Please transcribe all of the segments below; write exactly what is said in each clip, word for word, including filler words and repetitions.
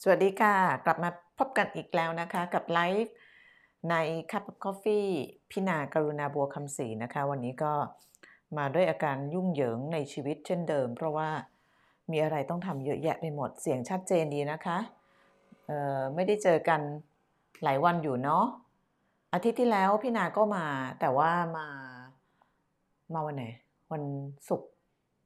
สวัสดีค่ะกลับมาพบกันอีกแล้วนะคะกับไลฟ์ใน Cup of Coffee พี่นากรุณาบัวคำศรีนะคะวันนี้ก็มาด้วยอาการยุ่งเหยิงในชีวิตเช่นเดิมเพราะว่ามีอะไรต้องทำเยอะแยะไปหมดเสียงชัดเจนดีนะคะเอ่อไม่ได้เจอกันหลายวันอยู่เนาะอาทิตย์ที่แล้วพี่นาก็มาแต่ว่ามามาวันไหนวันศุกร์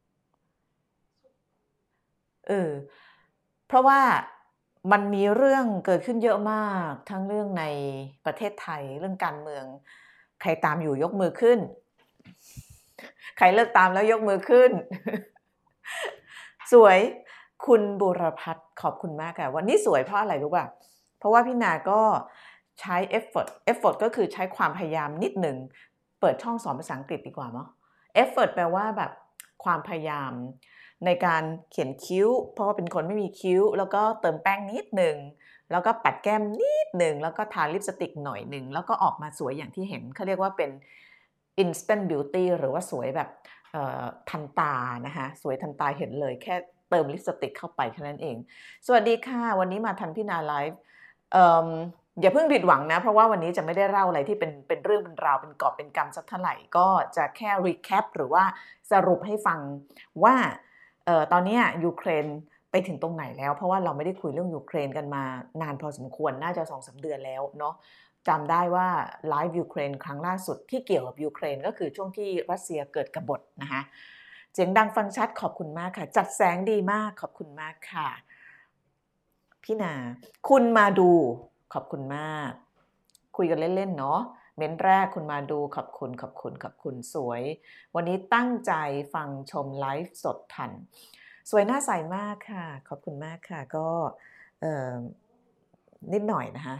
เออเพราะว่ามันมีเรื่องเกิดขึ้นเยอะมากทั้งเรื่องในประเทศไทยเรื่องการเมืองใครตามอยู่ยกมือขึ้นใครเลิกตามแล้วยกมือขึ้นสวยคุณบุรพัฒน์ขอบคุณมากค่ะวันนี้สวยเพราะอะไรรู้ป่ะเพราะว่าพี่นาก็ใช้ effort effort ก็คือใช้ความพยายามนิดหนึ่งเปิดช่องสอนภาษาอังกฤษดีกว่ามั้ง effort แปลว่าแบบความพยายามในการเขียนคิ้วเพราะว่าเป็นคนไม่มีคิ้วแล้วก็เติมแป้งนิดหนึ่งแล้วก็ปัดแก้มนิดหนึ่งแล้วก็ทาลิปสติกหน่อยหนึ่งแล้วก็ออกมาสวยอย่างที่เห็นเขาเรียกว่าเป็น instant beauty หรือว่าสวยแบบทันตานะคะสวยทันตาเห็นเลยแค่เติมลิปสติกเข้าไปแค่นั้นเองสวัสดีค่ะวันนี้มาทันพี่นาไลฟ์อย่าเพิ่งผิดหวังนะเพราะว่าวันนี้จะไม่ได้เล่าอะไรที่เป็นเป็นเรื่องเป็นราวเป็นกอบเป็นกำสักเท่าไหร่ก็จะแค่ recap หรือว่าสรุปให้ฟังว่าเอ่อตอนนี้ยูเครนไปถึงตรงไหนแล้วเพราะว่าเราไม่ได้คุยเรื่องยูเครนกันมานานพอสมควรน่าจะ สองถึงสาม เดือนแล้วเนาะจำได้ว่าไลฟ์ยูเครนครั้งล่าสุดที่เกี่ยวกับยูเครนก็คือช่วงที่รัสเซียเกิดกบฏนะคะเสียงดังฟังชัดขอบคุณมากค่ะจัดแสงดีมากขอบคุณมากค่ะพี่นาคุณมาดูขอบคุณมากคุยกันเล่นๆเนาะเม้นแรกคุณมาดูขอบคุณขอบคุณขอบคุณสวยวันนี้ตั้งใจฟังชมไลฟ์สดทันสวยหน้าใสมากค่ะขอบคุณมากค่ะก็นิดหน่อยนะคะ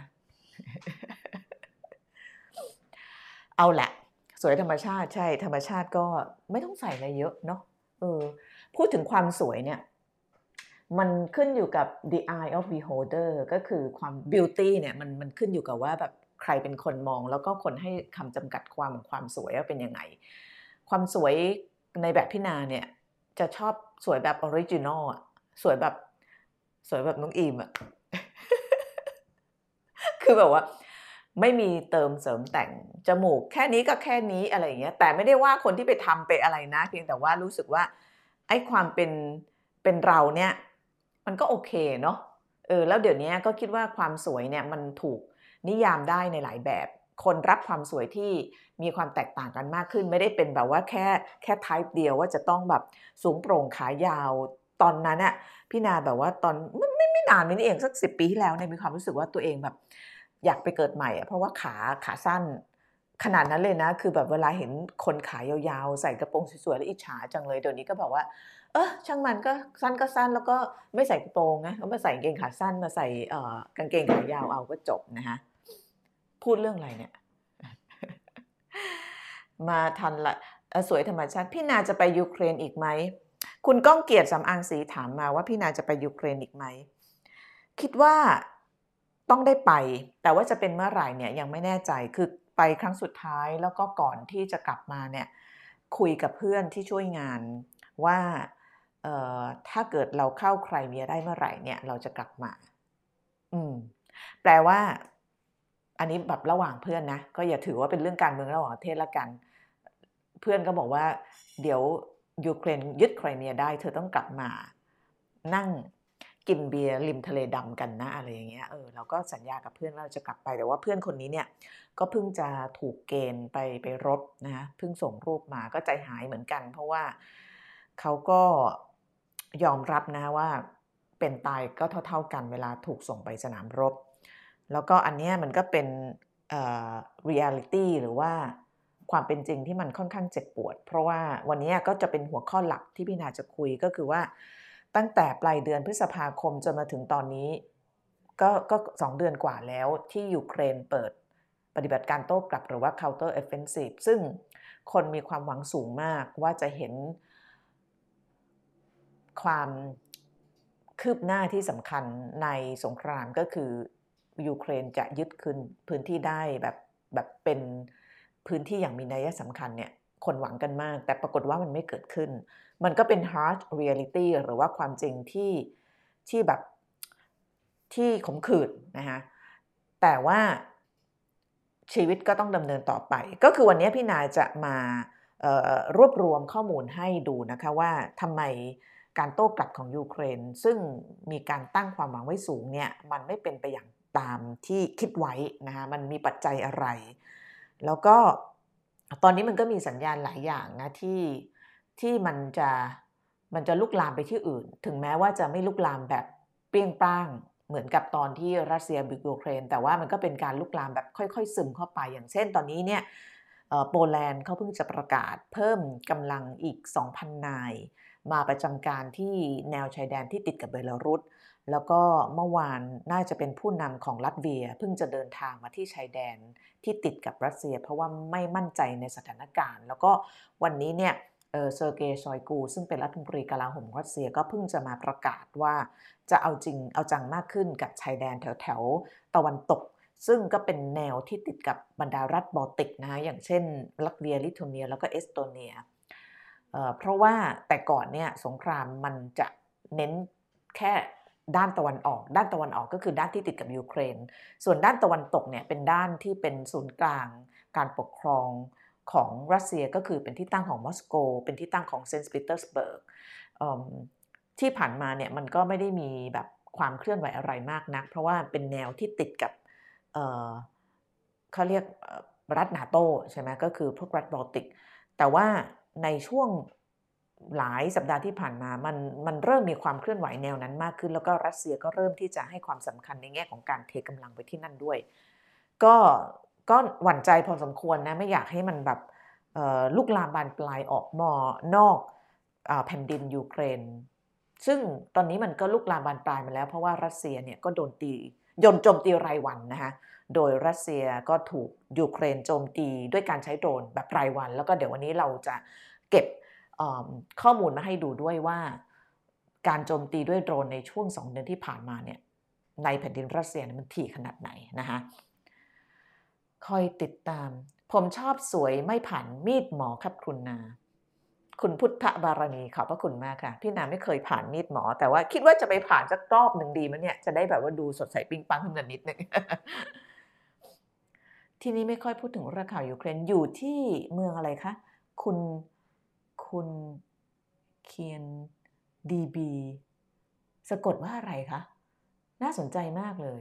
เอาแหละสวยธรรมชาติใช่ธรรมชาติก็ไม่ต้องใส่อะไรเยอะเนาะเออพูดถึงความสวยเนี่ยมันขึ้นอยู่กับ the eye of beholder ก็คือความ beauty เนี่ยมันมันขึ้นอยู่กับว่าแบบใครเป็นคนมองแล้วก็คนให้คำจำกัดความของความสวยว่าเป็นยังไงความสวยในแบบพี่นาเนี่ยจะชอบสวยแบบออริจินอลอะสวยแบบสวยแบบน้องอีมอะ คือแบบว่าไม่มีเติมเสริมแต่งจมูกแค่นี้ก็แค่นี้อะไรอย่างเงี้ยแต่ไม่ได้ว่าคนที่ไปทำไปอะไรนะเพียงแต่ว่ารู้สึกว่าไอ้ความเป็นเป็นเราเนี่ยมันก็โอเคเนาะเออแล้วเดี๋ยวนี้ก็คิดว่าความสวยเนี่ยมันถูกนิยามได้ในหลายแบบคนรับความสวยที่มีความแตกต่างกันมากขึ้นไม่ได้เป็นแบบว่าแค่แค่ type เดียวว่าจะต้องแบบสูงโปร่งขายาวตอนนั้นน่ะพี่นาแบบว่าตอนไม่ไม่ไม่นานนี้เองสักสิบปีที่แล้วเนี่ยมีความรู้สึกว่าตัวเองแบบอยากไปเกิดใหม่อะเพราะว่าขาขาสั้นขนาดนั้นเลยนะคือแบบเวลาเห็นคนขายาวๆใส่กระโปรงสวยๆแล้วอิจฉาจังเลยเดี๋ยวนี้ก็แบบว่าเออช่างมันก็สั้นก็สั้นแล้วก็ไม่ใส่กระโปรงนะก็มาใส่กางเกงขาสั้นมาใส่เอ่อกางเกงขายาวเอาก็จบนะคะพูดเรื่องอะไรเนี่ยมาทันละสวยธรรมชาติพี่นาจะไปยูเครนอีกไหมคุณก้องเกียรติสำอางศรีถามมาว่าพี่นาจะไปยูเครนอีกไหมคิดว่าต้องได้ไปแต่ว่าจะเป็นเมื่อไหร่เนี่ยยังไม่แน่ใจคือไปครั้งสุดท้ายแล้วก็ก่อนที่จะกลับมาเนี่ยคุยกับเพื่อนที่ช่วยงานว่าเอ่อถ้าเกิดเราเข้าไครเมียได้เมื่อไหร่เนี่ยเราจะกลับมาอืมแปลว่าอันนี้แบบระหว่างเพื่อนนะก็อย่าถือว่าเป็นเรื่องการเมืองระหว่างประเทศละกันเพื่อนก็บอกว่าเดี๋ยวยูเครนยึดไครเมียได้เธอต้องกลับมานั่งกินเบียร์ริมทะเลดำกันนะอะไรอย่างเงี้ยเออเราก็สัญญากับเพื่อนว่าเราจะกลับไปแต่ว่าเพื่อนคนนี้เนี่ยก็เพิ่งจะถูกเกณฑ์ไปไปรบนะคะเพิ่งส่งรูปมาก็ใจหายเหมือนกันเพราะว่าเขาก็ยอมรับนะว่าเป็นตายก็เท่าๆกันเวลาถูกส่งไปสนามรบแล้วก็อันนี้มันก็เป็นเอ่อ reality หรือว่าความเป็นจริงที่มันค่อนข้างเจ็บปวดเพราะว่าวันนี้ก็จะเป็นหัวข้อหลักที่พี่นาจะคุยก็คือว่าตั้งแต่ปลายเดือนพฤษภาคมจนมาถึงตอนนี้ก็ก็สองเดือนกว่าแล้วที่ยูเครนเปิดปฏิบัติการโต้กลับหรือว่า counter offensive ซึ่งคนมีความหวังสูงมากว่าจะเห็นความคืบหน้าที่สำคัญในสงครามก็คือยูเครนจะยึดคืนพื้นที่ได้แบบแบบเป็นพื้นที่อย่างมีนัยสำคัญเนี่ยคนหวังกันมากแต่ปรากฏว่ามันไม่เกิดขึ้นมันก็เป็น hard reality หรือว่าความจริงที่ที่แบบที่ขมขื่นนะคะแต่ว่าชีวิตก็ต้องดำเนินต่อไปก็คือวันนี้พี่นาจะมารวบรวมข้อมูลให้ดูนะคะว่าทำไมการโต้กลับของยูเครนซึ่งมีการตั้งความหวังไว้สูงเนี่ยมันไม่เป็นไปอย่างตามที่คิดไว้นะคะมันมีปัจจัยอะไรแล้วก็ตอนนี้มันก็มีสัญญาณหลายอย่างนะที่ที่มันจะมันจะลุกลามไปที่อื่นถึงแม้ว่าจะไม่ลุกลามแบบเปรี้ยงปร้างเหมือนกับตอนที่รัสเซียบุกยูเครนแต่ว่ามันก็เป็นการลุกลามแบบค่อยๆซึมเข้าไปอย่างเช่นตอนนี้เนี่ยโปแลนด์เขาเพิ่งจะประกาศเพิ่มกำลังอีก สองพัน นายมาประจำการที่แนวชายแดนที่ติดกับเบลารุสแล้วก็เมื่อวานน่าจะเป็นผู้นำของลัตเวียเพิ่งจะเดินทางมาที่ชายแดนที่ติดกับรัสเซียเพราะว่าไม่มั่นใจในสถานการณ์แล้วก็วันนี้เนี่ยเออเซอร์เกย์ชอยกูซึ่งเป็นรัฐมนตรีกลาโหมรัสเซียก็เพิ่งจะมาประกาศว่าจะเอาจริงเอาจังมากขึ้นกับชายแดนแถวแถวตะวันตกซึ่งก็เป็นแนวที่ติดกับบรรดารัฐบอลติกนะอย่างเช่นลัตเวียลิทัวเนียแล้วก็เอสโตเนีย เอ่อเพราะว่าแต่ก่อนเนี่ยสงครามมันจะเน้นแค่ด้านตะวันออกด้านตะวันออกก็คือด้านที่ติดกับยูเครนส่วนด้านตะวันตกเนี่ยเป็นด้านที่เป็นศูนย์กลางการปกครองของรัสเซียก็คือเป็นที่ตั้งของมอสโกเป็นที่ตั้งของเซนต์ปีเตอร์สเบิร์กที่ผ่านมาเนี่ยมันก็ไม่ได้มีแบบความเคลื่อนไหวอะไรมากนักเพราะว่าเป็นแนวที่ติดกับเอ่อเขาเรียกรัฐนาโตใช่ไหมก็คือพวกรัฐบอลติกแต่ว่าในช่วงหลายสัปดาห์ที่ผ่านมามันมันเริ่มมีความเคลื่อนไหวแนวนั้นมากขึ้นแล้วก็รัสเซียก็เริ่มที่จะให้ความสำคัญในแง่ของการเทกำลังไปที่นั่นด้วยก็ก็หวั่นใจพอสมควรนะไม่อยากให้มันแบบลุกลามบานปลายออกมอนอกแผ่นดินยูเครนซึ่งตอนนี้มันก็ลุกลามบานปลายมาแล้วเพราะว่ารัสเซียเนี่ยก็โดนตีโยนโจมตีรายวันนะคะโดยรัสเซียก็ถูกยูเครนโจมตีด้วยการใช้โดรนแบบรายวันแล้วก็เดี๋ยววันนี้เราจะเก็บข้อมูลมาให้ดูด้วยว่าการโจมตีด้วยโดรนในช่วงสองเดือนที่ผ่านมาเนี่ยในแผ่นดินรัสเซียมันถี่ขนาดไหนนะคะคอยติดตามผมชอบสวยไม่ผ่านมีดหมอครับคุณนาคุณพุทธบารณีขอบพระคุณมากค่ะพี่นาไม่เคยผ่านมีดหมอแต่ว่าคิดว่าจะไปผ่านสักรอบหนึ่งดีมั้ยเนี่ยจะได้แบบว่าดูสดใสปิ๊งปังขึ้นมานิดนึง ทีนี้ไม่ค่อยพูดถึงราคายูเครนอยู่ที่เมืองอะไรคะคุณคุณเคียนดีบีสะกดว่าอะไรคะน่าสนใจมากเลย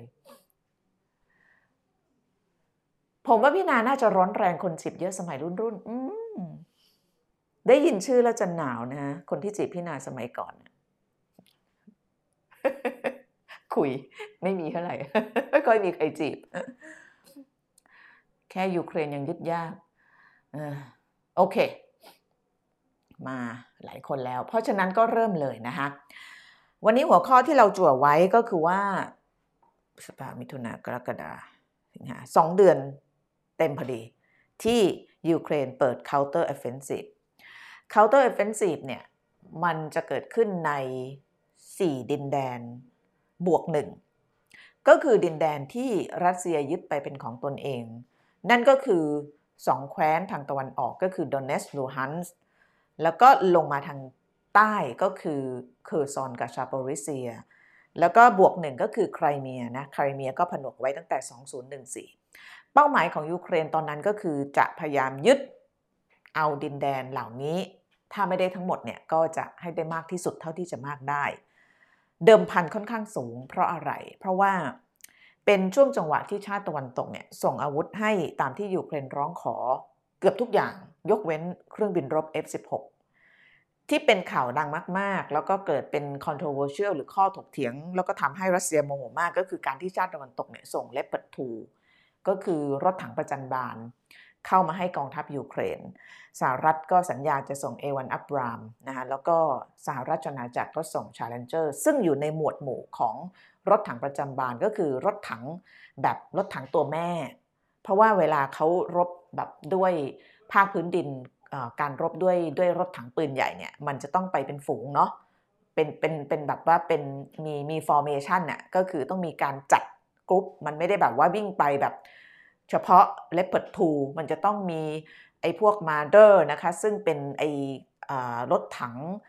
ผมว่าพี่นาน่าจะร้อนแรงคนจีบเยอะสมัยรุ่นรุ่นอืมได้ยินชื่อแล้วจะหนาวนะคนที่จีบพี่นาสมัยก่อนคุยไม่มีเท่าไหร่ไม่ค่อยมีใครจีบแค่ยูเครนยังยึดยากโอเคมาหลายคนแล้วเพราะฉะนั้นก็เริ่มเลยนะคะวันนี้หัวข้อที่เราจั่วไว้ก็คือว่าพฤษภาคมมิถุนายนกรกฎาคมสิงหาคมสองเดือนเต็มพอดีที่ยูเครนเปิด counter offensive counter offensive เนี่ยมันจะเกิดขึ้นในสี่ดินแดนบวกหนึ่งก็คือดินแดนที่รัสเซียยึดไปเป็นของตนเองนั่นก็คือสองแคว้นทางตะวันออกก็คือดอนเนสลูฮันส์แล้วก็ลงมาทางใต้ก็คือเคอร์ซอนกับชาโปริเซียแล้วก็บวกหนึ่งก็คือไครเมียนะไครเมียก็ผนวกไว้ตั้งแต่สองพันสิบสี่เป้าหมายของยูเครนตอนนั้นก็คือจะพยายามยึดเอาดินแดนเหล่านี้ถ้าไม่ได้ทั้งหมดเนี่ยก็จะให้ได้มากที่สุดเท่าที่จะมากได้เดิมพันค่อนข้างสูงเพราะอะไรเพราะว่าเป็นช่วงจังหวะที่ชาติตะวันตกเนี่ยส่งอาวุธให้ตามที่ยูเครนร้องขอเกือบทุกอย่างยกเว้นเครื่องบินรบ เอฟ สิบหก ที่เป็นข่าวดังมากๆแล้วก็เกิดเป็น controversial หรือข้อถกเถียงแล้วก็ทำให้รัสเซียโมโหมากก็คือการที่ชาติตะวันตกเนี่ยส่งเลปเปิร์ดทูก็คือรถถังประจันบานเข้ามาให้กองทัพยูเครนสหรัฐก็สัญญาจะส่ง เอ วัน Abram นะคะแล้วก็สหราชอาณาจักรก็ส่ง Challenger ซึ่งอยู่ในหมวดหมู่ของรถถังประจำบานก็คือรถถังแบบรถถังตัวแม่เพราะว่าเวลาเขารบแบบด้วยภาคพื้นดินการรบด้วยด้วยรถถังปืนใหญ่เนี่ยมันจะต้องไปเป็นฝูงเนาะเป็นเป็นเป็นแบบว่าเป็นมีมีฟอร์เมชันน่ะก็คือต้องมีการจัดกรุ๊ปมันไม่ได้แบบว่าวิ่งไปแบบเฉพาะ Leopard ทูมันจะต้องมีไอ้พวก Marder นะคะซึ่งเป็นไอ้รถถัง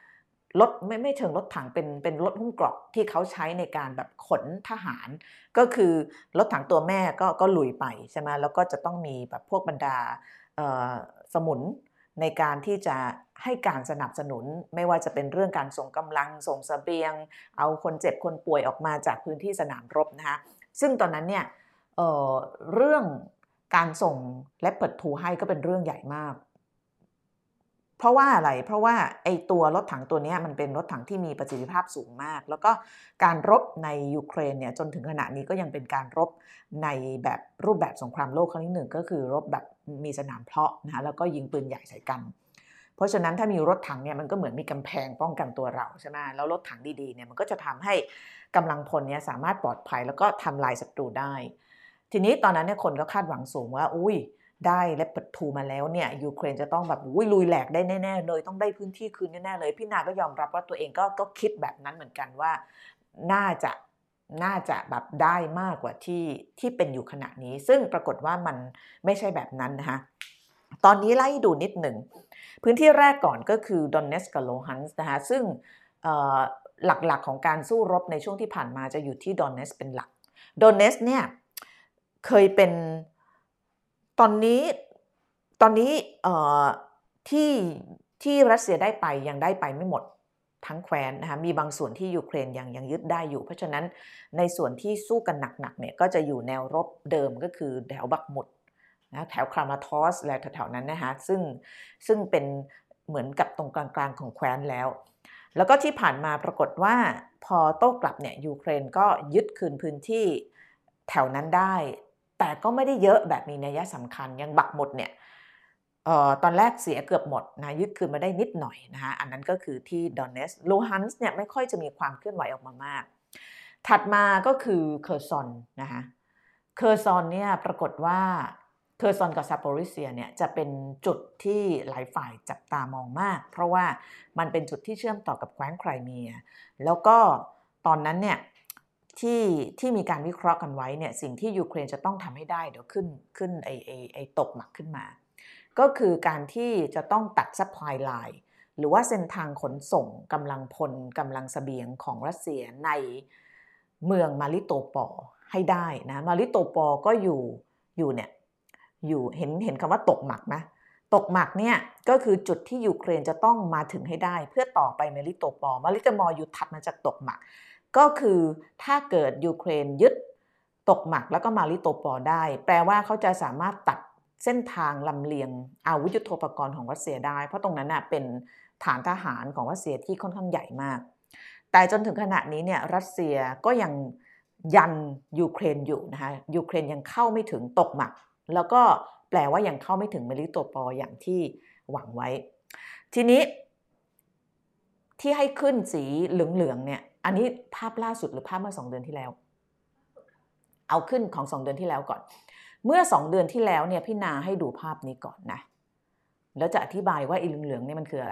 รถไม่ไม่เชิงรถถังเป็นเป็นรถหุ้มเกราะที่เขาใช้ในการแบบขนทหารก็คือรถถังตัวแม่ก็ก็ลุยไปใช่ไหมแล้วก็จะต้องมีแบบพวกบรรดาสมุนในการที่จะให้การสนับสนุนไม่ว่าจะเป็นเรื่องการส่งกำลังส่งเสบียงเอาคนเจ็บคนป่วยออกมาจากพื้นที่สนามรบนะคะซึ่งตอนนั้นเนี่ย เอ่อเรื่องการส่งและเปิดทูให้ก็เป็นเรื่องใหญ่มากเพราะว่าอะไรเพราะว่าไอตัวรถถังตัวนี้มันเป็นรถถังที่มีประสิทธิภาพสูงมากแล้วก็การรบในยูเครนเนี่ยจนถึงขณะนี้ก็ยังเป็นการรบในแบบรูปแบบสงครามโลกครั้งที่หนึ่งก็คือรบแบบมีสนามเพาะนะคะแล้วก็ยิงปืนใหญ่ใส่กันเพราะฉะนั้นถ้ามีรถถังเนี่ยมันก็เหมือนมีกำแพงป้องกันตัวเราใช่ไหมแล้วรถถังดีๆเนี่ยมันก็จะทำให้กำลังพลเนี่ยสามารถปลอดภัยแล้วก็ทำลายศัตรูได้ทีนี้ตอนนั้นเนี่ยคนก็คาดหวังสูงว่าอุ้ยได้เลปเปอร์ทูมาแล้วเนี่ยยูเครนจะต้องแบบอุ้ยลุยแหลกได้แน่ๆเลยต้องได้พื้นที่คืนแน่ๆเลยพี่นาก็ยอมรับว่าตัวเองก็ก็คิดแบบนั้นเหมือนกันว่าน่าจะน่าจะแบบได้มากกว่าที่ที่เป็นอยู่ขณะนี้ซึ่งปรากฏว่ามันไม่ใช่แบบนั้นนะคะตอนนี้ไล่ดูนิดหนึ่งพื้นที่แรกก่อนก็คือดอนเนสกับโลฮันส์นะคะซึ่งหลักๆของการสู้รบในช่วงที่ผ่านมาจะอยู่ที่ดอนเนสเป็นหลักดอนเนสเนี่ยเคยเป็นตอนนี้ตอนนี้ที่ที่รัสเซียได้ไปยังได้ไปไม่หมดทั้งแคว้นนะคะมีบางส่วนที่ยูเครนยังยังยึดได้อยู่เพราะฉะนั้นในส่วนที่สู้กันหนักๆเนี่ยก็จะอยู่แนวรบเดิมก็คือแถวบักมุดนะแถวครามาทอสและแถวๆนั้นนะคะซึ่งซึ่งเป็นเหมือนกับตรงกลางๆของแคว้นแล้วแล้วก็ที่ผ่านมาปรากฏว่าพอโต้กลับเนี่ยยูเครนก็ยึดคืนพื้นที่แถวนั้นได้แต่ก็ไม่ได้เยอะแบบมีนัยสำคัญยังบักหมดเนี่ยเอ่อตอนแรกเสียเกือบหมดนะยึดคืนมาได้นิดหน่อยนะคะอันนั้นก็คือที่ดอนเนสลูฮันส์เนี่ยไม่ค่อยจะมีความเคลื่อนไหวออกมามากถัดมาก็คือเคอร์ซอนนะคะเคอร์ซอนเนี่ยปรากฏว่าเคอร์ซอนกับซาโปริเซียเนี่ยจะเป็นจุดที่หลายฝ่ายจับตามองมากเพราะว่ามันเป็นจุดที่เชื่อมต่อกับแคว้นไครเมียแล้วก็ตอนนั้นเนี่ยที่ที่มีการวิเคราะห์กันไว้เนี่ยสิ่งที่ยูเครนจะต้องทำให้ได้เดี๋ยวขึ้นขึ้นไอไอไอตกหมักขึ้นมาก็คือการที่จะต้องตัดซัพพลายไลน์หรือว่าเส้นทางขนส่งกำลังพลกำลังเสบียงของรัสเซียในเมืองมาริโตปอลให้ได้นะมาริโตปอลก็อยู่อยู่เนี่ยอยู่เห็นเห็นคำว่าตกหมักนะตกหมักเนี่ยก็คือจุดที่ยูเครนจะต้องมาถึงให้ได้เพื่อต่อไปมาริโตปอลมาริโตปอลอยู่ถัดมาจากตกหมักก็คือถ้าเกิดยูเครนยึดตกหมักแล้วก็มาริโตปอลได้แปลว่าเขาจะสามารถตัดเส้นทางลำเลียงอาวุธยุทโธปกรณ์ของรัสเซียได้เพราะตรงนั้นน่ะเป็นฐานทหารของรัสเซียที่ค่อนข้างใหญ่มากแต่จนถึงขณะนี้เนี่ยรัสเซียก็ยังยันยูเครนอยู่นะคะยูเครนยังเข้าไม่ถึงตกหมักแล้วก็แปลว่ายังเข้าไม่ถึงเมลิโตปอลอย่างที่หวังไว้ทีนี้ที่ให้ขึ้นสีเหลืองๆเนี่ยอันนี้ภาพล่าสุดหรือภาพเมื่อสองเดือนที่แล้วเอาขึ้นของสองเดือนที่แล้วก่อนเมื่อสองเดือนที่แล้วเนี่ยพี่นาให้ดูภาพนี้ก่อนนะแล้วจะอธิบายว่าอีเหลืองๆนี่มันคืออะไร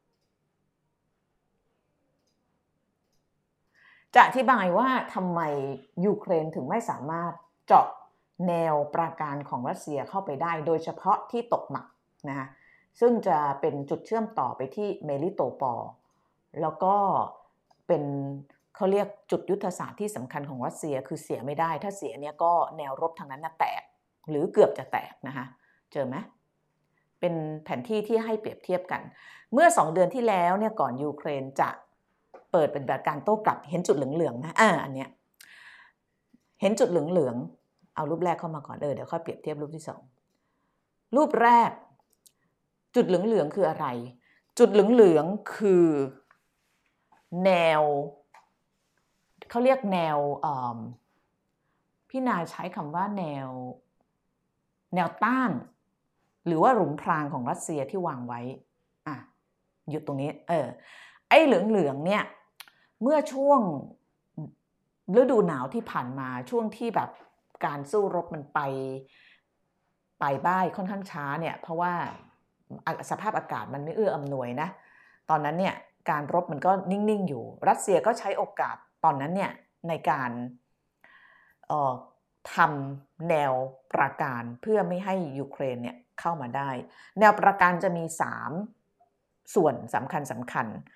จะอธิบายว่าทำไมยูเครนถึงไม่สามารถเจาะแนวปราการของรัสเซียเข้าไปได้โดยเฉพาะที่ตกหมักนะคะซึ่งจะเป็นจุดเชื่อมต่อไปที่เมลิโตปอลแล้วก็เป็นเขาเรียกจุดยุทธศาสตร์ที่สำคัญของรัสเซียคือเสียไม่ได้ถ้าเสียเนี่ยก็แนวรบทางนั้นน่ะแตกหรือเกือบจะแตกนะคะเจอไหมเป็นแผนที่ที่ให้เปรียบเทียบกันเมื่อสองเดือนที่แล้วเนี่ยก่อนยูเครนจะเปิดเป็นแบบการโต้กลับเห็นจุดเหลืองๆนะอ่าอันเนี้ยเห็นจุดเหลืองๆเอารูปแรกเข้ามาก่อนเออเดี๋ยวค่อยเปรียบเทียบรูปที่สองรูปแรกจุดเหลืองๆคืออะไรจุดเหลืองๆคือแนวเขาเรียกแนวพี่นาใช้คำว่าแนวแนวต้านหรือว่าหลุมพรางของรัสเซียที่วางไว้อ่ะหยุดตรงนี้เออไอ้เหลืองๆเนี่ยเมื่อช่วงฤดูหนาวที่ผ่านมาช่วงที่แบบการสู้รบมันไปไปบ้ายค่อนข้างช้าเนี่ยเพราะว่าสภาพอากาศมันไม่เอื้ออำนวยนะตอนนั้นเนี่ยการรบมันก็นิ่งๆอยู่รัสเซียก็ใช้โอกาสตอนนั้นเนี่ยในการเอ่อทำแนวปราการเพื่อไม่ให้ยูเครนเนี่ยเข้ามาได้แนวปราการจะมีสามส่วนสำคัญสำคัญ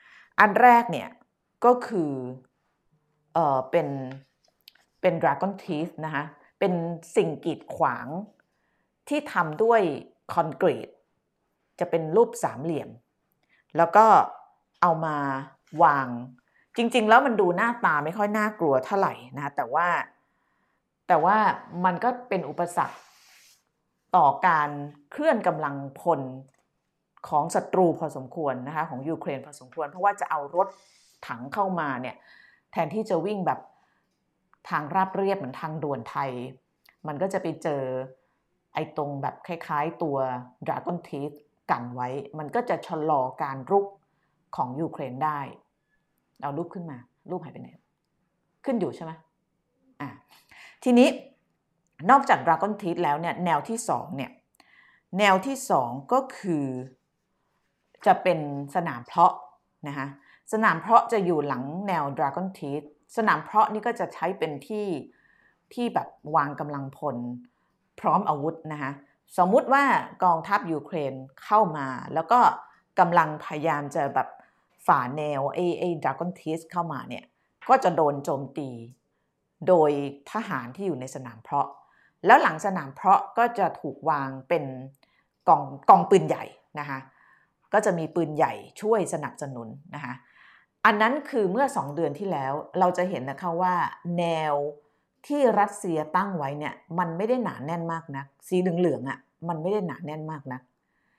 อันแรกเนี่ยก็คือเอ่อเป็นเป็น Dragon Teeth นะคะเป็นสิ่งกีดขวางที่ทำด้วยคอนกรีตจะเป็นรูปสามเหลี่ยมแล้วก็เอามาวางจริงๆแล้วมันดูหน้าตาไม่ค่อยน่ากลัวเท่าไหร่นะแต่ว่าแต่ว่ามันก็เป็นอุปสรรคต่อการเคลื่อนกำลังพลของศัตรูพอสมควรนะคะของยูเครนพอสมควรเพราะว่าจะเอารถถังเข้ามาเนี่ยแทนที่จะวิ่งแบบทางราบเรียบเหมือนทางด่วนไทยมันก็จะไปเจอไอ้ตรงแบบคล้ายๆตัว Dragon Teeth กันไว้มันก็จะชะลอการรุกของยูเครนได้เอารูปขึ้นมารูปหายไปไหนขึ้นอยู่ใช่ไหมอ่ะทีนี้นอกจาก Dragon Teeth แล้วเนี่ยแนวที่สองเนี่ยแนวที่สองก็คือจะเป็นสนามเพาะนะคะสนามเพาะจะอยู่หลังแนว Dragon Teeth สนามเพาะนี่ก็จะใช้เป็นที่ที่แบบวางกำลังพลพร้อมอาวุธนะคะสมมุติว่ากองทัพยูเครนเข้ามาแล้วก็กำลังพยายามจะแบบฝ่าแนวไอ้ไอ้ Dragon Teeth เข้ามาเนี่ยก็จะโดนโจมตีโดยทหารที่อยู่ในสนามเพาะแล้วหลังสนามเพาะก็จะถูกวางเป็นกองกองปืนใหญ่นะคะก็จะมีปืนใหญ่ช่วยสนับสนุนนะคะอันนั้นคือเมื่อสองเดือนที่แล้วเราจะเห็นนะคะว่าแนวที่รัสเซียตั้งไว้เนี่ยมันไม่ได้หนาแน่นมากนักสีเหลืองๆอ่ะมันไม่ได้หนาแน่นมากนัก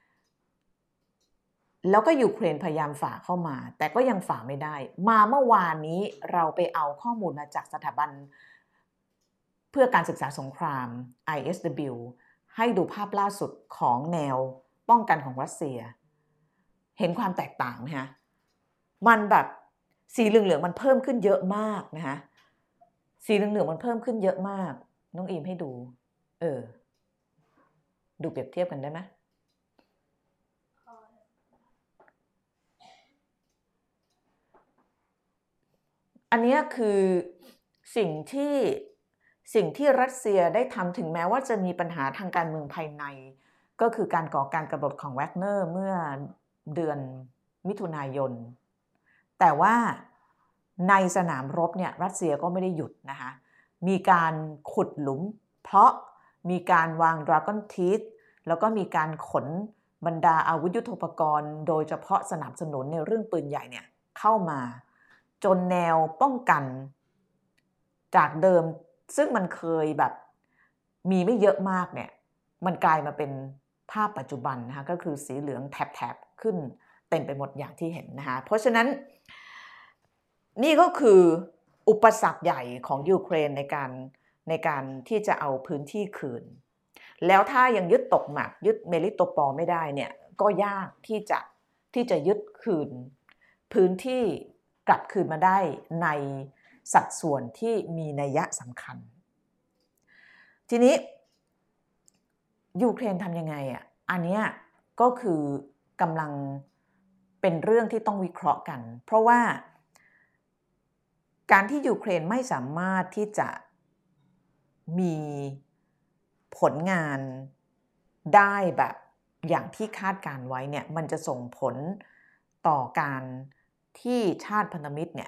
แล้วก็ยูเครนพยายามฝ่าเข้ามาแต่ก็ยังฝ่าไม่ได้มาเมื่อวานนี้เราไปเอาข้อมูลมาจากสถาบันเพื่อการศึกษาสงคราม ไอ เอส ดับเบิลยู ให้ดูภาพล่าสุดของแนวป้องกันของรัสเซียเห็นความแตกต่างไหมฮะมันแบบสีเหลืองๆมันเพิ่มขึ้นเยอะมากนะคะสีเหลืองๆมันเพิ่มขึ้นเยอะมากน้องอีมให้ดูเออดูเปรียบเทียบกันได้ไหมอันนี้คือสิ่งที่สิ่งที่รัสเซียได้ทำถึงแม้ว่าจะมีปัญหาทางการเมืองภายในก็คือการก่อการกบฏของแวกเนอร์เมื่อเดือนมิถุนายนแต่ว่าในสนามรบเนี่ยรัสเซียก็ไม่ได้หยุดนะคะมีการขุดหลุมเพราะมีการวาง Dragon Teeth แล้วก็มีการขนบรรดาอาวุธยุทโธปกรณ์โดยเฉพาะสนับสนุนในเรื่องปืนใหญ่เนี่ยเข้ามาจนแนวป้องกันจากเดิมซึ่งมันเคยแบบมีไม่เยอะมากเนี่ยมันกลายมาเป็นภาพปัจจุบันนะคะก็คือสีเหลืองแถบๆขึ้นเต็มไปหมดอย่างที่เห็นนะคะเพราะฉะนั้นนี่ก็คืออุปสรรคใหญ่ของยูเครนในการในการที่จะเอาพื้นที่คืนแล้วถ้ายังยึดตกหมักยึดเมลิโตโปอลไม่ได้เนี่ยก็ยากที่จะที่จะยึดคืนพื้นที่กลับคืนมาได้ในสัดส่วนที่มีนัยสำคัญทีนี้ยูเครนทำยังไงอ่ะอันนี้ก็คือกำลังเป็นเรื่องที่ต้องวิเคราะห์กันเพราะว่าการที่ยูเครนไม่สามารถที่จะมีผลงานได้แบบอย่างที่คาดการไว้เนี่ยมันจะส่งผลต่อการที่ชาติพันธมิตรเนี่ย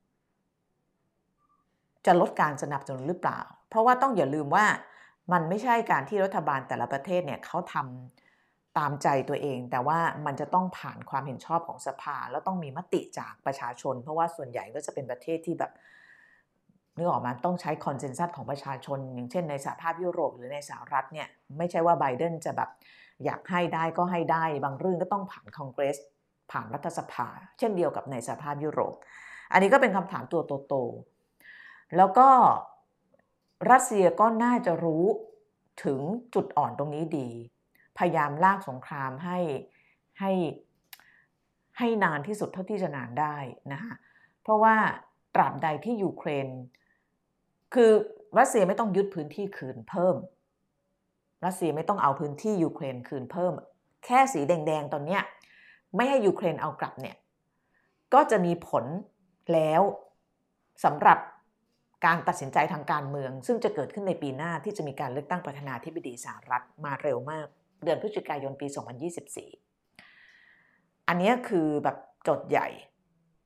จะลดการสนับสนุนหรือเปล่าเพราะว่าต้องอย่าลืมว่ามันไม่ใช่การที่รัฐบาลแต่ละประเทศเนี่ยเขาทำตามใจตัวเองแต่ว่ามันจะต้องผ่านความเห็นชอบของสภาแล้วต้องมีมติจากประชาชนเพราะว่าส่วนใหญ่ก็จะเป็นประเทศที่แบบนึกออกมาต้องใช้คอนเซนแซสของประชาชนอย่างเช่นในสหภาพยุโรปหรือในสหรัฐเนี่ยไม่ใช่ว่าไบเดนจะแบบอยากให้ได้ก็ให้ได้บางเรื่องก็ต้องผ่านคองเกรสผ่านรัฐสภาเช่นเดียวกับในสหภาพยุโรปอันนี้ก็เป็นคำถามตัวโตๆแล้วก็รัสเซียก็น่าจะรู้ถึงจุดอ่อนตรงนี้ดีพยายามลากสงครามให้ให้ให้นานที่สุดเท่าที่จะนานได้นะคะเพราะว่าตราบใดที่ยูเครนคือรัสเซียไม่ต้องยึดพื้นที่คืนเพิ่มรัสเซียไม่ต้องเอาพื้นที่ยูเครนคืนเพิ่มแค่สีแดงๆตอนเนี้ยไม่ให้ยูเครนเอากลับเนี่ยก็จะมีผลแล้วสำหรับการตัดสินใจทางการเมืองซึ่งจะเกิดขึ้นในปีหน้าที่จะมีการเลือกตั้งประธานาธิบดีสหรัฐมาเร็วมากเดือนพฤศจิกายนปีสองพันยี่สิบสี่อันนี้คือแบบโจทย์ใหญ่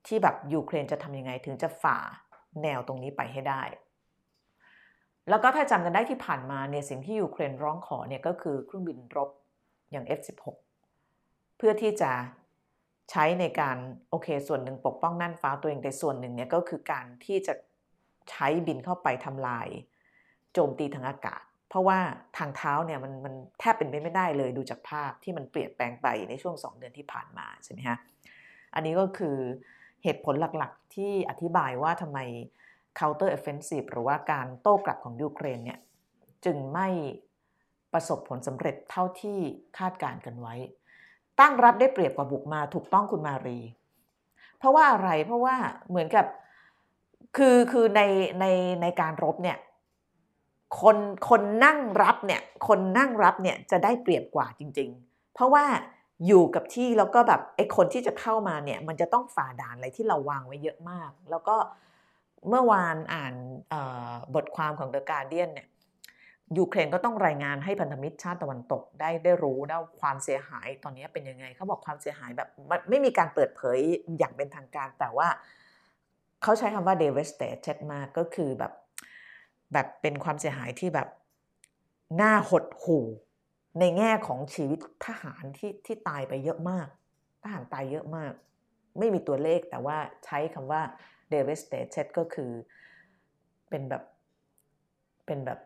ที่แบบยูเครนจะทำยังไงถึงจะฝ่าแนวตรงนี้ไปให้ได้แล้วก็ถ้าจำกันได้ที่ผ่านมาเนี่ยสิ่งที่ยูเครนร้องขอเนี่ยก็คือเครื่องบินรบอย่าง เอฟ สิบหก เพื่อที่จะใช้ในการโอเคส่วนหนึ่งปกป้องน่านฟ้าตัวเองแต่ส่วนหนึ่งเนี่ยก็คือการที่จะใช้บินเข้าไปทำลายโจมตีทางอากาศเพราะว่าทางเท้าเนี่ยมันมันแทบเป็นไปไม่ได้เลยดูจากภาพที่มันเปลี่ยนแปลงไปในช่วงสองเดือนที่ผ่านมาใช่ไหมฮะอันนี้ก็คือเหตุผลหลักๆที่อธิบายว่าทำไม counter offensive หรือว่าการโต้กลับของยูเครนเนี่ยจึงไม่ประสบผลสำเร็จเท่าที่คาดการณ์กันไว้ตั้งรับได้เปรียบกว่าบุกมาถูกต้องคุณมารีเพราะว่าอะไรเพราะว่าเหมือนกับคือคือในในในการรบเนี่ยคนคนนั่งรับเนี่ยคนนั่งรับเนี่ยจะได้เปรียบกว่าจริงๆเพราะว่าอยู่กับที่แล้วก็แบบไอ้คนที่จะเข้ามาเนี่ยมันจะต้องฝ่าด่านอะไรที่เราวางไว้เยอะมากแล้วก็เมื่อวานอ่านบทความของ The Guardian เนี่ยยูเครนก็ต้องรายงานให้พันธมิตรชาติตะวันตกได้ได้รู้ว่าความเสียหายตอนนี้เป็นยังไงเขาบอกความเสียหายแบบไม่มีการเปิดเผยอย่างเป็นทางการแต่ว่าเขาใช้คำว่า devastated มากก็คือแบบแบบเป็นความเสียหายที่แบบน่าหดหู่ในแง่ของชีวิตทหารที่ที่ตายไปเยอะมากทหารตายเยอะมากไม่มีตัวเลขแต่ว่าใช้คำว่า devastated ก็คือเป็นแบบเป็นแบบ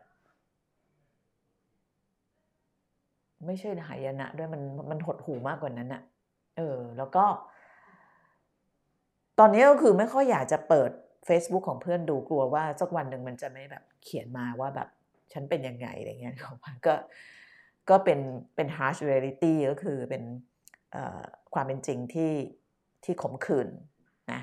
ไม่ใช่หายนะด้วยมันมันหดหู่มากกว่านั้นน่ะเออแล้วก็ตอนนี้ก็คือไม่ค่อยอยากจะเปิด Facebook ของเพื่อนดูกลัวว่าสักวันหนึ่งมันจะไม่แบบเขียนมาว่าแบบฉันเป็นยังไงอะไรเงี้ยของมันก็ก็เป็นเป็น harsh reality ก็คือเป็นเอ่อความเป็นจริงที่ที่ขมขื่นนะ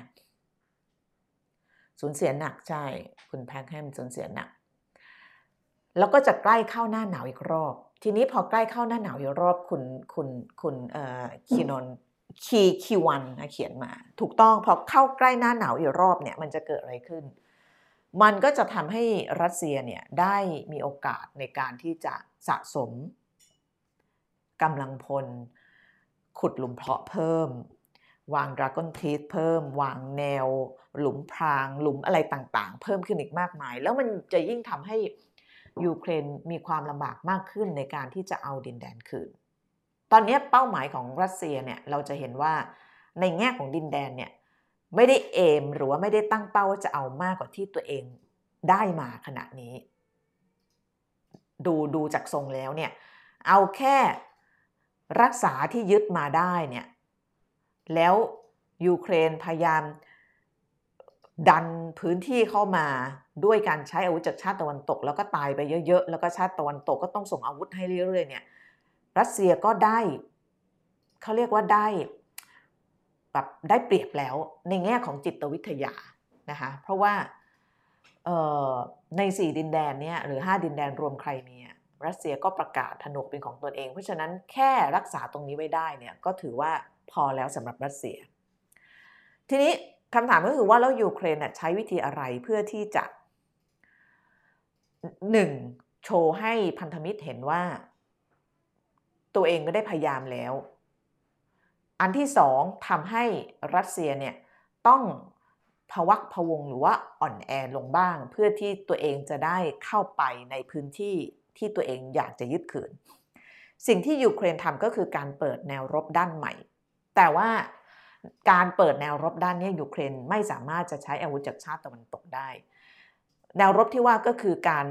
สูญเสียหนักใช่คุณแพ็คแฮมสูญเสียหนักแล้วก็จะใกล้เข้าหน้าหนาวอีกรอบทีนี้พอใกล้เข้าหน้าหนาวอีกรอบคุณคุณคุณเอ่อคีนอนคีคีวันนะเขียนมาถูกต้องพอเข้าใกล้หน้าหนาวอีกรอบเนี่ยมันจะเกิดอะไรขึ้นมันก็จะทำให้รัสเซียเนี่ยได้มีโอกาสในการที่จะสะสมกำลังพลขุดหลุมเพาะเพิ่มวางดราก้อนทีสเพิ่มวางแนวหลุมพรางหลุมอะไรต่างๆเพิ่มขึ้นอีกมากมายแล้วมันจะยิ่งทำให้ยูเครนมีความลำบากมากขึ้นในการที่จะเอาดินแดนคืนตอนนี้เป้าหมายของรัสเซียเนี่ยเราจะเห็นว่าในแง่ของดินแดนเนี่ยไม่ได้เอมหรือว่าไม่ได้ตั้งเป้าว่าจะเอามากกว่าที่ตัวเองได้มาขณะนี้ดูดูจากทรงแล้วเนี่ยเอาแค่รักษาที่ยึดมาได้เนี่ยแล้วยูเครนพยายามดันพื้นที่เข้ามาด้วยการใช้อาวุธจากชาติตะวันตกแล้วก็ตายไปเยอะๆแล้วก็ชาติตะวันตกก็ต้องส่งอาวุธให้เรื่อยๆเนี่ยรัสเซียก็ได้เขาเรียกว่าได้แบบได้เปรียบแล้วในแง่ของจิตวิทยานะคะเพราะว่าในสี่ดินแดนเนี่ยหรือห้าดินแดนรวมไครเมียรัสเซียก็ประกาศผนวกเป็นของตนเองเพราะฉะนั้นแค่รักษาตรงนี้ไว้ได้เนี่ยก็ถือว่าพอแล้วสำหรับรัสเซียทีนี้คำถามก็คือว่าแล้วยูเครนใช้วิธีอะไรเพื่อที่จะหนึ่งโชว์ให้พันธมิตรเห็นว่าตัวเองก็ได้พยายามแล้วอันที่สองทำให้รัสเซียเนี่ยต้องพวักพวงหรือว่าอ่อนแอลงบ้างเพื่อที่ตัวเองจะได้เข้าไปในพื้นที่ที่ตัวเองอยากจะยึดคืนสิ่งที่ยูเครนทำก็คือการเปิดแนวรบด้านใหม่แต่ว่าการเปิดแนวรบด้านนี้ยูเครนไม่สามารถจะใช้อาวุธจากชาติตะวันตกได้แนวรบที่ว่าก็คือการ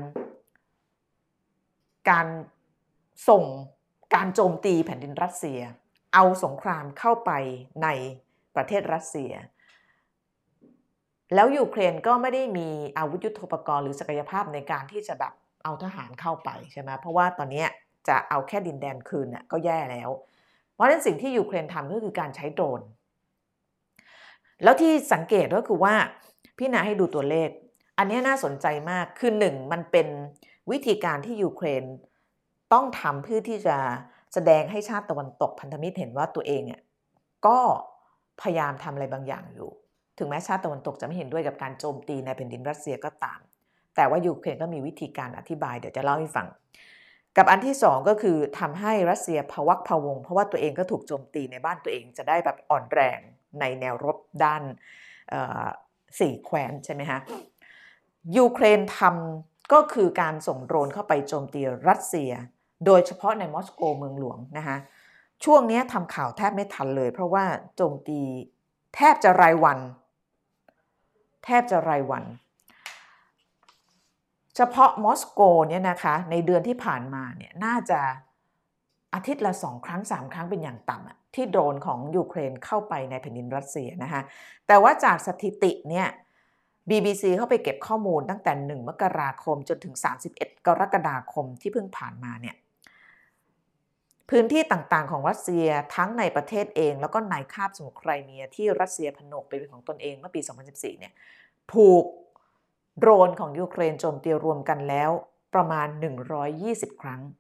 การส่งการโจมตีแผ่นดินรัสเซียเอาสงครามเข้าไปในประเทศรัสเซียแล้วยูเครนก็ไม่ได้มีอาวุธยุทโธปกรณ์หรือศักยภาพในการที่จะแบบเอาทหารเข้าไปใช่ไหมเพราะว่าตอนนี้จะเอาแค่ดินแดนคืนน่ะก็แย่แล้วเพราะฉะนั้นสิ่งที่ยูเครนทำก็คือการใช้โดรนแล้วที่สังเกตก็คือว่าพี่นาให้ดูตัวเลขอันนี้น่าสนใจมากคือหนึ่งมันเป็นวิธีการที่ยูเครนต้องทำเพื่อที่จะแสดงให้ชาติตะวันตกพันธมิตรเห็นว่าตัวเองเนี่ยก็พยายามทำอะไรบางอย่างอยู่ถึงแม้ชาติตะวันตกจะไม่เห็นด้วยกับการโจมตีในแผ่นดินรัสเซียก็ตามแต่ว่ายูเครนก็มีวิธีการอธิบายเดี๋ยวจะเล่าให้ฟังกับอันที่สองก็คือทำให้รัสเซียพวักพะวงเพราะว่าตัวเองก็ถูกโจมตีในบ้านตัวเองจะได้แบบอ่อนแรงในแนวรบด้านสี่แคว้นใช่ไหมฮะยูเครนทำก็คือการส่งโดรนเข้าไปโจมตีรัสเซียโดยเฉพาะในมอสโกเมืองหลวงนะคะช่วงนี้ทำข่าวแทบไม่ทันเลยเพราะว่าโจมตีแทบจะรายวันแทบจะรายวันเฉพาะมอสโกเนี่ยนะคะในเดือนที่ผ่านมาเนี่ยน่าจะอาทิตย์ละสองครั้งสามครั้งเป็นอย่างต่ำที่โดรนของยูเครนเข้าไปในแผ่นดินรัสเซียนะคะแต่ว่าจากสถิติเนี่ย บี บี ซี เข้าไปเก็บข้อมูลตั้งแต่หนึ่งมกราคมจนถึงสามสิบเอ็ดกรกฎาคมที่เพิ่งผ่านมาเนี่ยพื้นที่ต่างๆของรัสเซียทั้งในประเทศเองแล้วก็ในคาบสมุทรไครเมียที่รัสเซียผนวกไปเป็นของตนเองเมื่อปีสองพันสิบสี่เนี่ยถูกโดรนของยูเครนโจมตีรวมกันแล้วประมาณหนึ่งร้อยยี่สิบครั้ง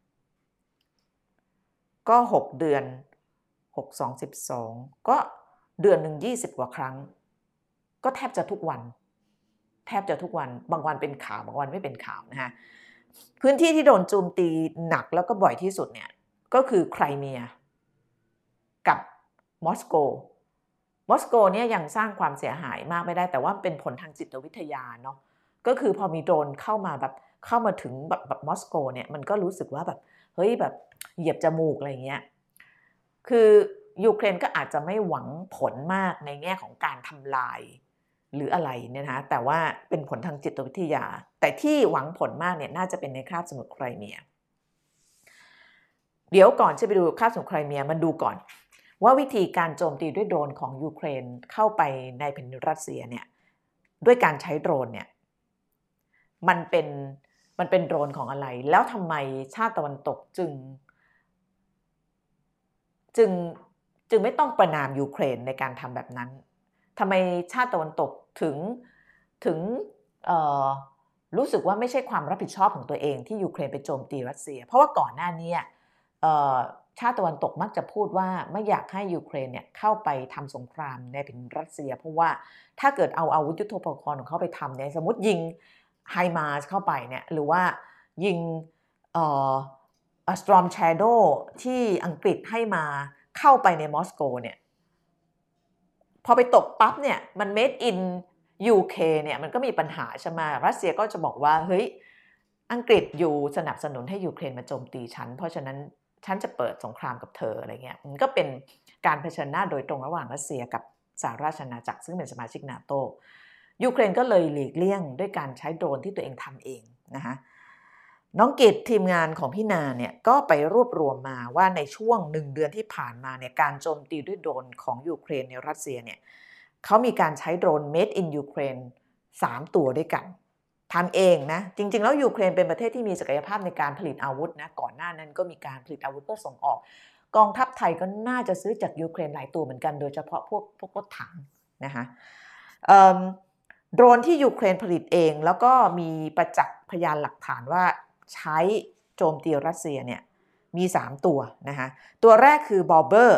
ก็หกเดือนหก สอง สิบสองก็เดือนหนึ่งยี่สิบกว่าครั้งก็แทบจะทุกวันแทบจะทุกวันบางวันเป็นข่าวบางวันไม่เป็นข่าวนะฮะพื้นที่ที่โดนโจมตีหนักแล้วก็บ่อยที่สุดเนี่ยก็คือไครเมียกับมอสโกมอสโกเนี่ยยังสร้างความเสียหายมากไม่ได้แต่ว่าเป็นผลทางจิตวิทยาเนาะก็คือพอมีโดรนเข้ามาแบบเข้ามาถึงแบบแบบมอสโกเนี่ยมันก็รู้สึกว่าแบบเฮ้ยแบบเหยียบจมูกอะไรเงี้ยคือยูเครนก็อาจจะไม่หวังผลมากในแง่ของการทำลายหรืออะไรเนี่ยนะแต่ว่าเป็นผลทางจิตวิทยาแต่ที่หวังผลมากเนี่ยน่าจะเป็นในคาบสมุทรไครเมียเดี๋ยวก่อนจะไปดูคาบสมุทรไครเมียมันดูก่อนว่าวิธีการโจมตีด้วยโดรนของยูเครนเข้าไปในแผ่นดินรัสเซียเนี่ยด้วยการใช้โดรนเนี่ยมันเป็นมันเป็นโดรนของอะไรแล้วทำไมชาติตะวันตกจึงจึงจึงไม่ต้องประณามยูเครนในการทำแบบนั้นทำไมชาติตะวันตกถึงถึงรู้สึกว่าไม่ใช่ความรับผิดชอบของตัวเองที่ยูเครนไปโจมตีรัสเซียเพราะว่าก่อนหน้านี้ชาติตะวันตกมักจะพูดว่าไม่อยากให้ยูเครนเนี่ยเข้าไปทำสงครามในแผ่นดินรัสเซียเพราะว่าถ้าเกิดเอาอาวุธยุทโธปกรณ์ของเขาไปทำเนี่ยสมมติยิงไฮมาร์สเข้าไปเนี่ยหรือว่ายิงเอ่อ Storm Shadow ที่อังกฤษให้มาเข้าไปในมอสโกเนี่ยพอไปตกปั๊บเนี่ยมัน made in ยู เค เนี่ยมันก็มีปัญหาใช่ไหมรัสเซียก็จะบอกว่าเฮ้ยอังกฤษอยู่สนับสนุนให้ยูเครนมาโจมตีฉันเพราะฉะนั้นฉันจะเปิดสงครามกับเธออะไรเงี้ยมันก็เป็นการเผชิญหน้าโดยตรงระหว่างรัสเซียกับสหราชอาณาจักรซึ่งเป็นสมาชิกนาโตยูเครนก็เลยหลีกเลี่ยงด้วยการใช้โดรนที่ตัวเองทำเองนะคะน้องกิตทีมงานของพี่นาเนี่ยก็ไปรวบรวมมาว่าในช่วงหนึ่งเดือนที่ผ่านมาเนี่ยการโจมตีด้วยโดรนของยูเครนในรัสเซียเนี่ยเขามีการใช้โดรน made in Ukraine สามตัวด้วยกันทำเองนะจริงๆแล้วยูเครนเป็นประเทศที่มีศักยภาพในการผลิตอาวุธนะก่อนหน้านั้นก็มีการผลิตอาวุธเพื่อส่งออกกองทัพไทยก็น่าจะซื้อจากยูเครนหลายตัวเหมือนกันโดยเฉพาะพวกพวกรถถังนะคะโดรนที่ยูเครนผลิตเองแล้วก็มีประจักษ์พยานหลักฐานว่าใช้โจมตีรัสเซียเนี่ยมีสามตัวนะคะตัวแรกคือ Bobber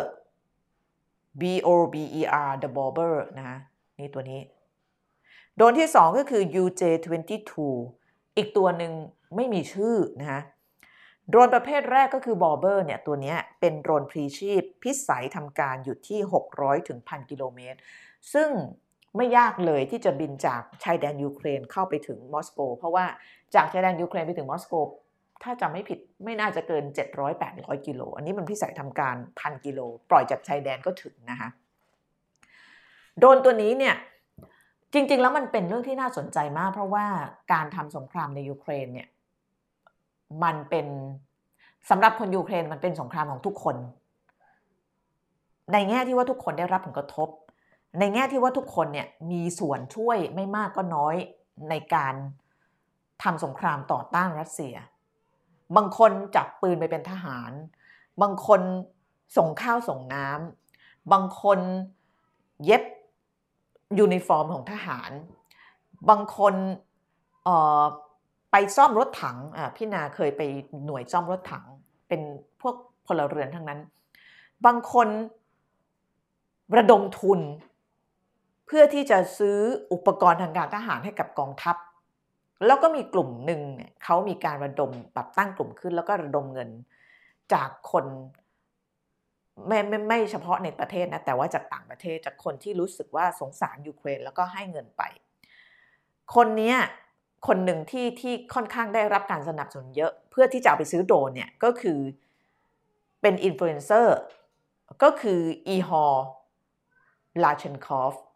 B O B E R The Bobber นะคะนี่ตัวนี้โดรนที่สองก็คือ ยู เจ ยี่สิบสอง อีกตัวหนึ่งไม่มีชื่อนะคะโดรนประเภทแรกก็คือ Bobber เนี่ยตัวนี้เป็นโดรนพลีชีพพิสัยทำการอยู่ที่หกร้อยถึง หนึ่งพัน กิโลเมตรซึ่งไม่ยากเลยที่จะบินจากชายแดนยูเครนเข้าไปถึงมอสโกเพราะว่าจากชายแดนยูเครนไปถึงมอสโกถ้าจำไม่ผิดไม่น่าจะเกิน เจ็ดร้อยถึงแปดร้อย กิโลอันนี้มันพิสัยทำการ หนึ่งพัน กิโลปล่อยจากชายแดนก็ถึงนะคะโดรนตัวนี้เนี่ยจริงๆแล้วมันเป็นเรื่องที่น่าสนใจมากเพราะว่าการทำสงครามในยูเครนเนี่ยมันเป็นสำหรับคนยูเครนมันเป็นสงครามของทุกคนในแง่ที่ว่าทุกคนได้รับผลกระทบในแง่ที่ว่าทุกคนเนี่ยมีส่วนช่วยไม่มากก็น้อยในการทำสงครามต่อต้านรัสเซียบางคนจับปืนไปเป็นทหารบางคนส่งข้าวส่งน้ำบางคนเย็บยูนิฟอร์มของทหารบางคนเอ่อไปซ่อมรถถังอ่ะพี่นาเคยไปหน่วยซ่อมรถถังเป็นพวกพลเรือนทั้งนั้นบางคนระดมทุนเพื่อที่จะซื้ออุปกรณ์ทางการทหารให้กับกองทัพแล้วก็มีกลุ่มหนึ่งเนี่ยเขามีการระดมแบบตั้งกลุ่มขึ้นแล้วก็ระดมเงินจากคนไม่ไม่ไม่เฉพาะในประเทศนะแต่ว่าจากต่างประเทศจากคนที่รู้สึกว่าสงสารยูเครนแล้วก็ให้เงินไปคนนี้คนหนึ่งที่ที่ค่อนข้างได้รับการสนับสนุนเยอะเพื่อที่จะเอาไปซื้อโดรนเนี่ยก็คือเป็นอินฟลูเอนเซอร์ก็คืออีฮอร์ลาเชนคอฟ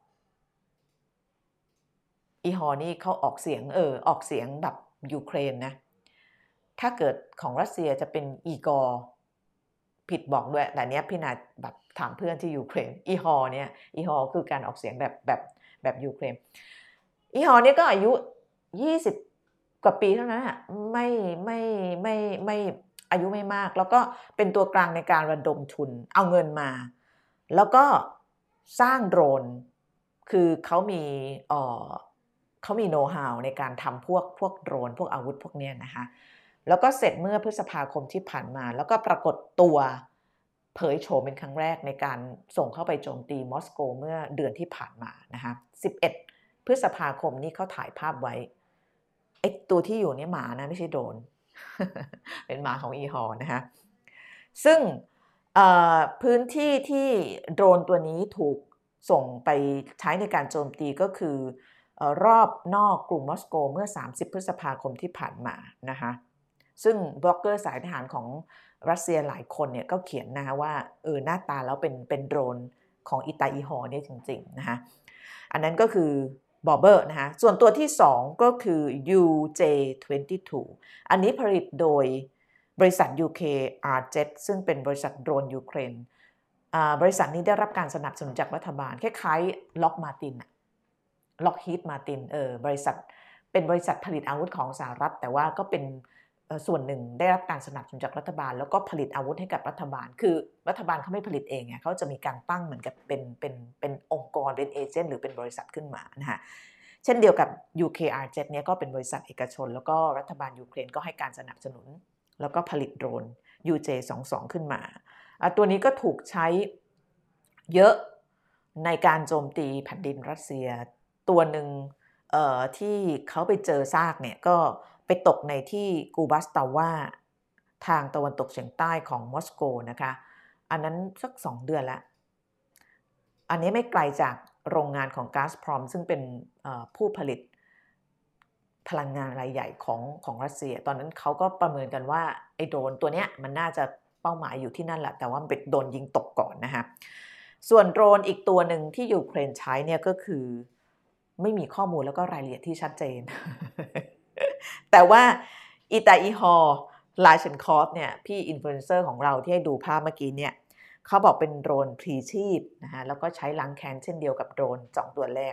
อีฮอร์นี่เขาออกเสียงเออออกเสียงแบบยูเครนนะถ้าเกิดของรัสเซียจะเป็นอีกอร์ผิดบอกด้วยแต่เนี้ยพี่นาแบบถามเพื่อนที่ยูเครนอีฮอร์เนี่ยอีฮอร์คือการออกเสียงแบบแบบแบบยูเครนอีฮอร์เนี่ยก็อายุยี่สิบกว่าปีเท่านั้นอ่ะไม่ไม่ไม่ไม่อายุไม่มากแล้วก็เป็นตัวกลางในการระดมทุนเอาเงินมาแล้วก็สร้างโดรนคือเขามีเอ่อเขามีโน้ตฮาวในการทำพวกพวกโดรนพวกอาวุธพวกนี้นะคะแล้วก็เสร็จเมื่อพฤษภาคมที่ผ่านมาแล้วก็ปรากฏตัวเผยโฉมเป็นครั้งแรกในการส่งเข้าไปโจมตีมอสโกเมื่อเดือนที่ผ่านมานะคะสิบเอ็ดพฤษภาคมนี้เขาถ่ายภาพไว้ไอ้ตัวที่อยู่เนี่ยหมานะไม่ใช่โดรน เป็นหมาของอีฮอร์นะคะซึ่งพื้นที่ที่โดรนตัวนี้ถูกส่งไปใช้ในการโจมตีก็คือรอบนอกกรุงมอสโกเมื่อสามสิบพฤษภาคมที่ผ่านมานะคะซึ่งบล็อกเกอร์สายทหารของรัสเซียหลายคนเนี่ยก็เขียนนะคะว่าเออหน้าตาแล้วเป็นเป็นโดรนของอิตาอีฮอร์เนี่ยจริงๆนะคะอันนั้นก็คือบอร์เบอร์นะคะส่วนตัวที่สองก็คือ ยู เจ ยี่สิบสอง อันนี้ผลิตโดยบริษัท ยู เค อาร์ เจ็ด ซึ่งเป็นบริษัทโดรนยูเครนบริษัทนี้ได้รับการสนับสนุนจากรัฐบาลคล้ายๆล็อกมาตินล็อกฮีดมาตินเออบริษัทเป็นบริษัทผลิตอาวุธของสหรัฐแต่ว่าก็เป็นส่วนหนึ่งได้รับการสนับสนุนจากรัฐบาลแล้วก็ผลิตอาวุธให้กับรัฐบาลคือรัฐบาลเขาไม่ผลิตเองไงเขาจะมีการตั้งเหมือนกับเป็นเป็นเป็นองค์กรเป็นเอเจนต์หรือเป็นบริษัทขึ้นมานะฮะเช่นเดียวกับ ยู เค อาร์ เจ็ด เนี่ยก็เป็นบริษัทเอกชนแล้วก็รัฐบาลยูเครนก็ให้การสนับสนุนแล้วก็ผลิตโดรน ยู เจ ยี่สิบสอง ขึ้นมาตัวนี้ก็ถูกใช้เยอะในการโจมตีแผ่นดินรัสเซียตัวหนึ่งที่เขาไปเจอซากเนี่ยก็ไปตกในที่กูบัสตาวาทางตะวันตกเฉียงใต้ของมอสโกนะคะอันนั้นสักสองเดือนละอันนี้ไม่ไกลจากโรงงานของก๊าซพรอมซึ่งเป็นผู้ผลิตพลังงานรายใหญ่ของของรัสเซียตอนนั้นเขาก็ประเมินกันว่าไอ้โดรนตัวเนี้ยมันน่าจะเป้าหมายอยู่ที่นั่นแหละแต่ว่ามันเป็นโดนยิงตกก่อนนะคะส่วนโดรนอีกตัวหนึ่งที่ยูเครนใช้เนี่ยก็คือไม่มีข้อมูลแล้วก็รายละเอียดที่ชัดเจน แต่ว่าอิตาอีฮอร์ลาเชนคอฟเนี่ยพี่อินฟลูเอนเซอร์ของเราที่ให้ดูภาพเมื่อกี้เนี่ยเขาบอกเป็นโดรนพลีชีพนะฮะแล้วก็ใช้ล้างแค้นเช่นเดียวกับโดรนสองตัวแรก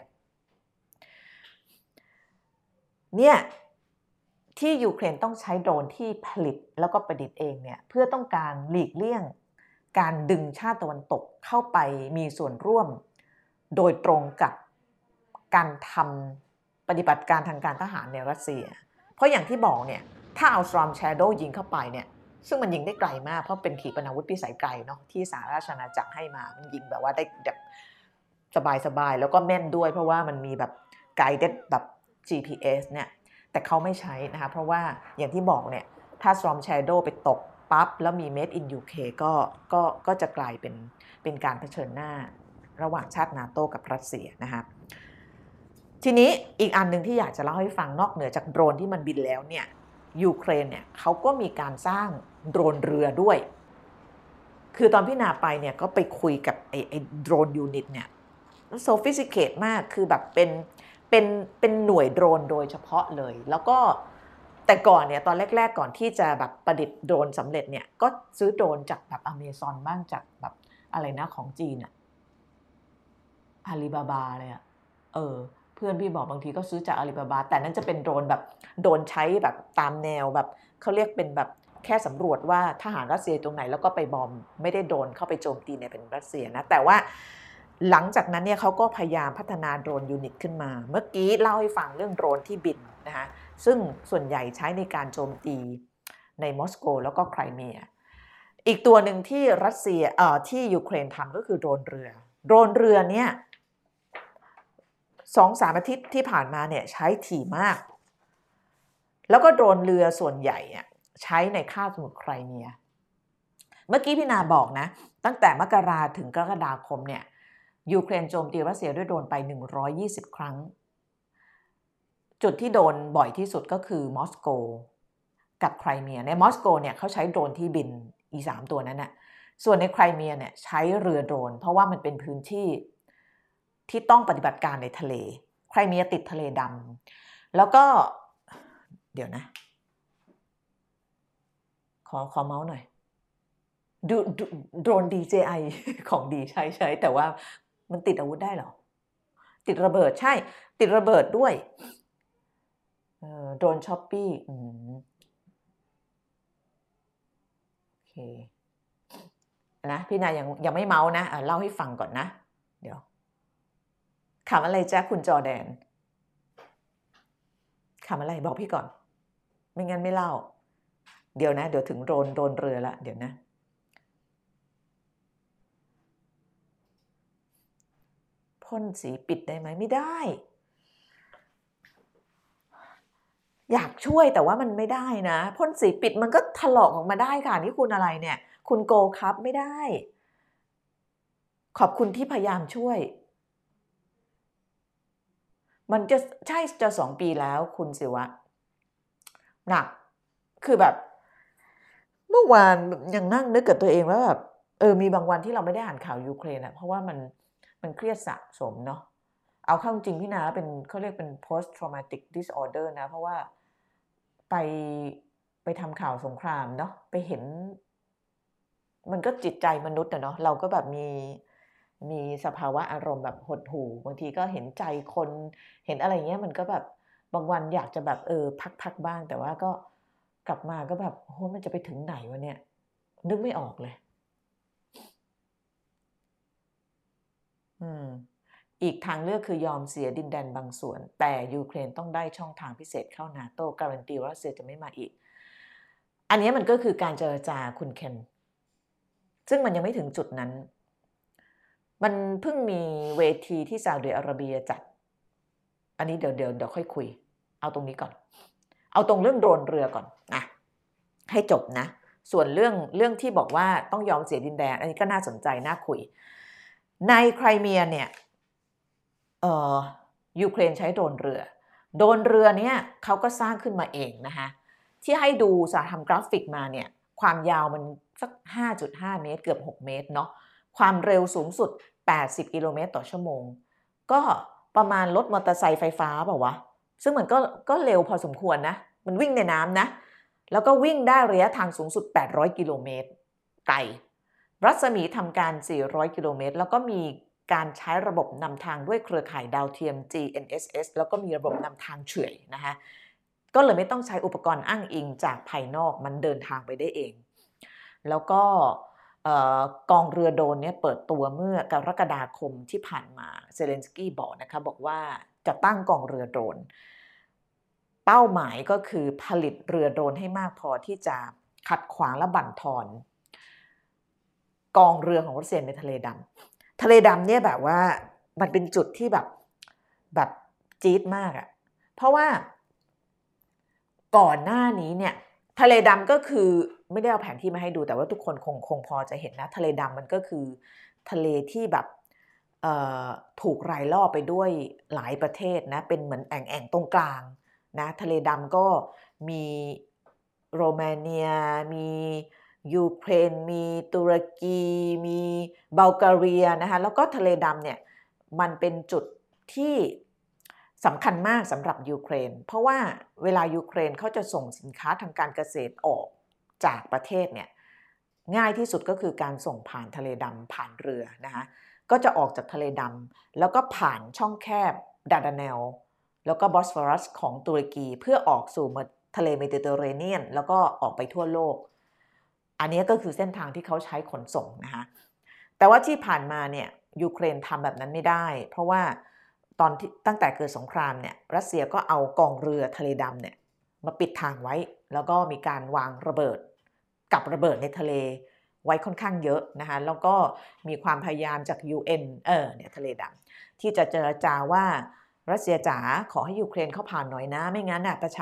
เนี่ยที่ยูเครนต้องใช้โดรนที่ผลิตแล้วก็ประดิษฐ์เองเนี่ยเพื่อต้องการหลีกเลี่ยงการดึงชาติตะวันตกเข้าไปมีส่วนร่วมโดยตรงกับการทำปฏิบัติการทางการทหารในรัสเซียเพราะอย่างที่บอกเนี่ยถ้าเอา Storm Shadow ยิงเข้าไปเนี่ยซึ่งมันยิงได้ไกลมากเพราะเป็นขีปนาวุธพิสัยไกลเนาะที่สหราชอาณาจักรให้มามันยิงแบบว่าได้แบบสบายๆแล้วก็แม่นด้วยเพราะว่ามันมีแบบ guided แบบ จี พี เอส เนี่ยแต่เขาไม่ใช้นะคะเพราะว่าอย่างที่บอกเนี่ยถ้า Storm Shadow ไปตกปั๊บแล้วมี Made in ยู เค ก็ก็ก็จะกลายเป็นเป็นการเผชิญหน้าระหว่างชาตินาโต้กับรัสเซียนะคะทีนี้อีกอันนึงที่อยากจะเล่าให้ฟังนอกเหนือจากโดรนที่มันบินแล้วเนี่ยยูเครนเนี่ยเขาก็มีการสร้างโดรนเรือด้วยคือตอนพี่นาไปเนี่ยก็ไปคุยกับไอ้ไอ้โดรนยูนิตเนี่ยโซฟิสติเคทมากคือแบบเป็นเป็นเป็นหน่วยโดรนโดยเฉพาะเลยแล้วก็แต่ก่อนเนี่ยตอนแรกๆก่อนที่จะแบบประดิษฐ์โดรนสำเร็จเนี่ยก็ซื้อโดรนจากแบบอเมซอนบ้างจากแบบอะไรนะของจีนอะอาลีบาบาเลยอะเออเพื่อนพี่บอกบางทีก็ซื้อจากอาลีบาบาแต่นั้นจะเป็นโดรนแบบโดรนใช้แบบตามแนวแบบเขาเรียกเป็นแบบแค่สำรวจว่าทหารรัสเซียตรงไหนแล้วก็ไปบอมไม่ได้โดรนเข้าไปโจมตีในเป็นรัสเซียนะแต่ว่าหลังจากนั้นเนี่ยเขาก็พยายามพัฒนาโดรนยูนิตขึ้นมาเมื่อกี้เล่าให้ฟังเรื่องโดรนที่บินนะคะซึ่งส่วนใหญ่ใช้ในการโจมตีในมอสโกแล้วก็ไครเมียอีกตัวหนึ่งที่รัสเซียเอ่อที่ยูเครนทำก็คือโดรนเรือโดรนเรือเนี่ยสองสามอาทิตย์ที่ผ่านมาเนี่ยใช้ถี่มากแล้วก็โดรนเรือส่วนใหญ่ใช้ในคาบสมุทรไครเมียเมื่อกี้พี่นาบอกนะตั้งแต่มกราถึงกรกฎาคมเนี่ยยูเครนโจมตีรัสเซียด้วยโดรนไปหนึ่งร้อยยี่สิบครั้งจุดที่โดนบ่อยที่สุดก็คือมอสโกกับไครเมียในมอสโกเนี่ยเขาใช้โดรนที่บินอีสามตัวนั้นน่ะส่วนในไครเมียเนี่ยใช้เรือโดรนเพราะว่ามันเป็นพื้นที่ที่ต้องปฏิบัติการในทะเลไครเมียติดทะเลดำแล้วก็เดี๋ยวนะขอขอเมาส์หน่อยดูโดรน ดี เจ ไอ ของดีใช้ใช้แต่ว่ามันติดอาวุธได้เหรอติดระเบิดใช่ติดระเบิดด้วยเออโดรนช้อปปี้อืมโอเคนะพี่นายังยังไม่เมาส์นะอ่ะเล่าให้ฟังก่อนนะเดี๋ยวขำอะไรจ๊ะคุณจอแดนขำอะไรบอกพี่ก่อนไม่งั้นไม่เล่าเดี๋ยวนะเดี๋ยวถึงโดรนโดรนเรือละเดี๋ยวนะพ่นสีปิดได้ไหมไม่ได้อยากช่วยแต่ว่ามันไม่ได้นะพ่นสีปิดมันก็ถลอกออกมาได้ค่ะนี่คุณอะไรเนี่ยคุณโกครับไม่ได้ขอบคุณที่พยายามช่วยมันจะใช่จะสองปีแล้วคุณศิวะหนักคือแบบเมื่อวานยังนั่งนึกกับตัวเองว่าแบบเออมีบางวันที่เราไม่ได้อ่านข่าวยูเครนอะเพราะว่ามันมันเครียดสะสมเนาะเอาเข้าจริงพี่นาเป็นเขาเรียกเป็น post traumatic disorder นะเพราะว่าไปไปทำข่าวสงครามเนาะไปเห็นมันก็จิตใจมนุษย์อะเนาะเราก็แบบมีมีสภาวะอารมณ์แบบหดหู่บางทีก็เห็นใจคนเห็นอะไรเงี้ยมันก็แบบบางวันอยากจะแบบเออพักๆบ้างแต่ว่าก็กลับมาก็แบบโอ้โหมันจะไปถึงไหนวะเนี่ยนึกไม่ออกเลยอืมอีกทางเลือกคือยอมเสียดินแดนบางส่วนแต่ยูเครนต้องได้ช่องทางพิเศษเข้านาโต้การันตีว่ารัสเซียจะไม่มาอีกอันนี้มันก็คือการเจรจาคุณเคนซึ่งมันยังไม่ถึงจุดนั้นมันเพิ่งมีเวทีที่ซาอุดิอาระเบียจัดอันนี้เดี๋ยวเดี๋ยวเดี๋ยวค่อยคุยเอาตรงนี้ก่อนเอาตรงเรื่องโดรนเรือก่อนนะให้จบนะส่วนเรื่องเรื่องที่บอกว่าต้องยอมเสียดินแดนอันนี้ก็น่าสนใจน่าคุยในไครเมียเนี่ยเอ่อยูเครนใช้โดรนเรือโดรนเรือเนี่ยเขาก็สร้างขึ้นมาเองนะคะที่ให้ดูสาทำกราฟิกมาเนี่ยความยาวมันสัก ห้าจุดห้า เมตรเกือบหกเมตรเนาะความเร็วสูงสุดแปดสิบกิโลเมตรต่อชั่วโมงก็ประมาณรถมอเตอร์ไซค์ไฟฟ้าเปล่าวะซึ่งมันก็ก็เร็วพอสมควรนะมันวิ่งในน้ำนะแล้วก็วิ่งได้ระยะทางสูงสุดแปดร้อยกิโลเมตรไกลรัศมีทำการสี่ร้อยกิโลเมตรแล้วก็มีการใช้ระบบนำทางด้วยเครือข่ายดาวเทียม จี เอ็น เอส เอส แล้วก็มีระบบนำทางเฉื่อยนะคะก็เลยไม่ต้องใช้อุปกรณ์อ้างอิงจากภายนอกมันเดินทางไปได้เองแล้วก็กองเรือโดรนเนี่ยเปิดตัวเมื่อกรกฎาคมที่ผ่านมาเซเลนสกี้บอกนะคะบอกว่าจะตั้งกองเรือโดรนเป้าหมายก็คือผลิตเรือโดรนให้มากพอที่จะขัดขวางและบั่นทอนกองเรือของรัสเซียในทะเลดำทะเลดำเนี่ยแบบว่ามันเป็นจุดที่แบบแบบจี๊ดมากอะเพราะว่าก่อนหน้านี้เนี่ยทะเลดำก็คือไม่ได้เอาแผนที่มาให้ดูแต่ว่าทุกคนคงคงพอจะเห็นนะทะเลดำมันก็คือทะเลที่แบบถูกรายล้อมไปด้วยหลายประเทศนะเป็นเหมือนแอ่งๆตรงกลางนะทะเลดำก็มีโรมาเนียมียูเครนมีตุรกีมีบัลแกเรียนะคะแล้วก็ทะเลดำเนี่ยมันเป็นจุดที่สำคัญมากสำหรับยูเครนเพราะว่าเวลายูเครนเขาจะส่งสินค้าทางการเกษตรออกจากประเทศเนี่ยง่ายที่สุดก็คือการส่งผ่านทะเลดำผ่านเรือนะคะก็จะออกจากทะเลดำแล้วก็ผ่านช่องแคบดาร์ดาเนลแล้วก็บอสฟอรัสของตุรกีเพื่อออกสู่ทะเลเมดิเตอร์เรเนียนแล้วก็ออกไปทั่วโลกอันนี้ก็คือเส้นทางที่เขาใช้ขนส่งนะคะแต่ว่าที่ผ่านมาเนี่ยยูเครนทำแบบนั้นไม่ได้เพราะว่าตอนที่ตั้งแต่เกิดสงครามเนี่ยรัสเซียก็เอากองเรือทะเลดำเนี่ยมาปิดทางไว้แล้วก็มีการวางระเบิดกับระเบิดในทะเลไว้ค่อนข้างเยอะนะคะแล้วก็มีความพยายามจาก ยู เอ็น เออเนี่ยทะเลดำที่จะเจรจาว่ารัสเซียจ๋าขอให้ยูเครนเข้าผ่านหน่อยนะไม่งั้นน่ะประชา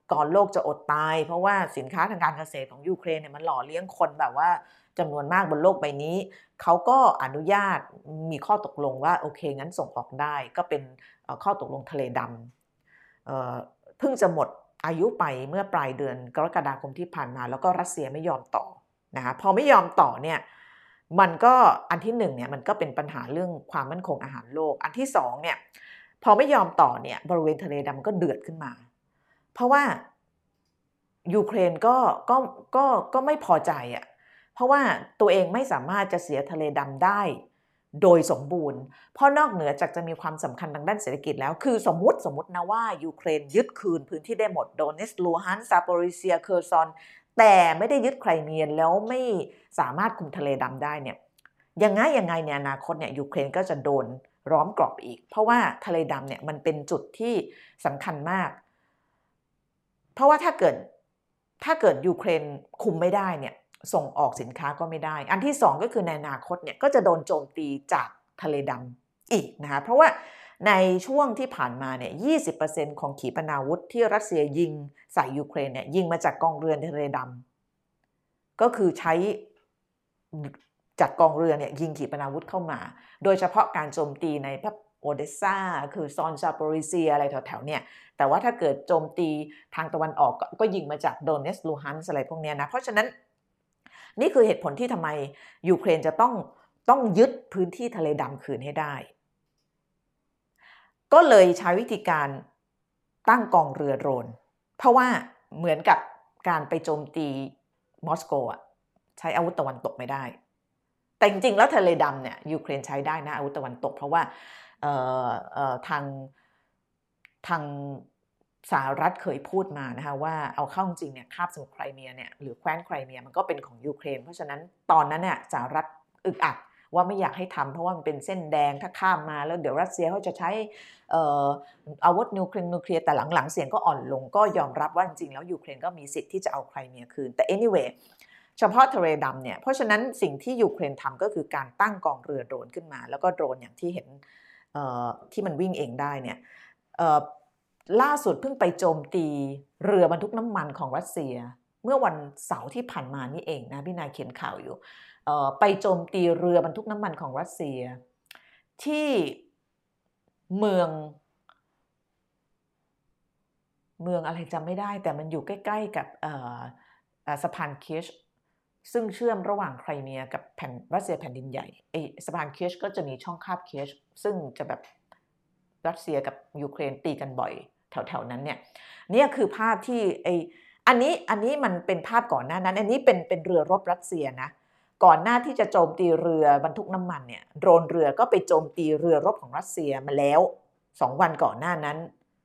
ก่อนโลกจะอดตายเพราะว่าสินค้าทางการเกษตรของยูเครนเนี่ยมันหล่อเลี้ยงคนแบบว่าจำนวนมากบนโลกใบนี้เขาก็อนุญาตมีข้อตกลงว่าโอเคงั้นส่งออกได้ก็เป็นข้อตกลงทะเลดำเอ่อเพิ่งจะหมดอายุไปเมื่อปลายเดือนกรกฎาคมที่ผ่านมาแล้วก็รัสเซียไม่ยอมต่อนะคะพอไม่ยอมต่อเนี่ยมันก็อันที่หนึ่งเนี่ยมันก็เป็นปัญหาเรื่องความมั่นคงอาหารโลกอันที่สองเนี่ยพอไม่ยอมต่อเนี่ยบริเวณทะเลดำก็เดือดขึ้นมาเพราะว่ายูเครนก็ก็ก็ก็ไม่พอใจอ่ะเพราะว่าตัวเองไม่สามารถจะเสียทะเลดำได้โดยสมบูรณ์เพราะนอกเหนือจากจะมีความสำคัญทางด้านเศรษฐกิจแล้วคือสมมุติสมมุตินะว่ายูเครนยึดคืนพื้นที่ได้หมดโดเนตส์ลูฮันซาโปริเซียเคอร์ซอนแต่ไม่ได้ยึดไครเมียแล้วไม่สามารถคุมทะเลดำได้เนี่ยยังไงยังไงในอนาคตเนี่ยยูเครนก็จะโดนล้อมกรอบอีกเพราะว่าทะเลดำเนี่ยมันเป็นจุดที่สำคัญมากเพราะว่าถ้าเกิดถ้าเกิดยูเครนคุมไม่ได้เนี่ยส่งออกสินค้าก็ไม่ได้อันที่สองก็คือในอนาคตเนี่ยก็จะโดนโจมตีจากทะเลดำอีกนะคะเพราะว่าในช่วงที่ผ่านมาเนี่ย ยี่สิบเปอร์เซ็นต์ ของขีปนาวุธที่รัสเซียยิงใส่ยูเครนเนี่ยยิงมาจากกองเรือในทะเลดำก็คือใช้จากกองเรือเนี่ยยิงขีปนาวุธเข้ามาโดยเฉพาะการโจมตีในโอเดสซาคือซอนซาโปริเซียอะไรแถวๆเนี่ยแต่ว่าถ้าเกิดโจมตีทางตะวันออกก็ยิงมาจากโดเนตส์ลูฮันส์อะไรพวกนี้นะเพราะฉะนั้นนี่คือเหตุผลที่ทำไมยูเครนจะต้องต้องยึดพื้นที่ทะเลดำคืนให้ได้ก็เลยใช้วิธีการตั้งกองเรือโดรนเพราะว่าเหมือนกับการไปโจมตีมอสโกอ่ะใช้อาวุธตะวันตกไม่ได้แต่จริงๆแล้วทะเลดำเนี่ยยูเครนใช้ได้นะอาวุธตะวันตกเพราะว่าเอ่อเอ่อทางทางสหรัฐเคยพูดมานะคะว่าเอาเข้าจริงเนี่ยคาบสมุทรไครเมียเนี่ยหรือแคว้นไครเมียมันก็เป็นของยูเครนเพราะฉะนั้นตอนนั้นเนี่ยสหรัฐอึกอักว่าไม่อยากให้ทำเพราะว่ามันเป็นเส้นแดงถ้าข้ามมาแล้วเดี๋ยวรัสเซียเขาจะใช้เอ่ออาวุธนิวเคลียร์นิวเคลียร์แต่หลังๆเสียงก็อ่อนลงก็ยอมรับว่าจริงๆแล้วยูเครนก็มีสิทธิ์ที่จะเอาไครเมียคืนแต่ anywayเฉพาะทะเลดำเนี่ยเพราะฉะนั้นสิ่งที่ยูเครนทำก็คือการตั้งกองเรือโดรนขึ้นมาแล้วก็โดรนอย่างที่เห็นที่มันวิ่งเองได้เนี่ยล่าสุดเพิ่งไปโจมตีเรือบรรทุกน้ำมันของรัสเซียเมื่อวันเสาร์ที่ผ่านมานี่เองนะพี่นายเขียนข่าวอยู่ไปโจมตีเรือบรรทุกน้ำมันของรัสเซียที่เมืองเมืองอะไรจำไม่ได้แต่มันอยู่ใกล้ๆกับสะพานเคชซึ่งเชื่อมระหว่างไครเมียกับแผ่นรัสเซียแผ่นดินใหญ่ไอ้สะพานเคชก็จะมีช่องคาบเคชซึ่งจะแบบรัสเซียกับยูเครนตีกันบ่อยแถวๆนั้นเนี่ยนี่คือภาพที่ไอ้อันนี้อันนี้มันเป็นภาพก่อนหน้านั้นอันนี้เป็นเป็นเรือรบรัสเซียนะก่อนหน้าที่จะโจมตีเรือบรรทุกน้ำมันเนี่ยโดรนเรือก็ไปโจมตีเรือรบของรัสเซียมาแล้วสองวันก่อนหน้านั้น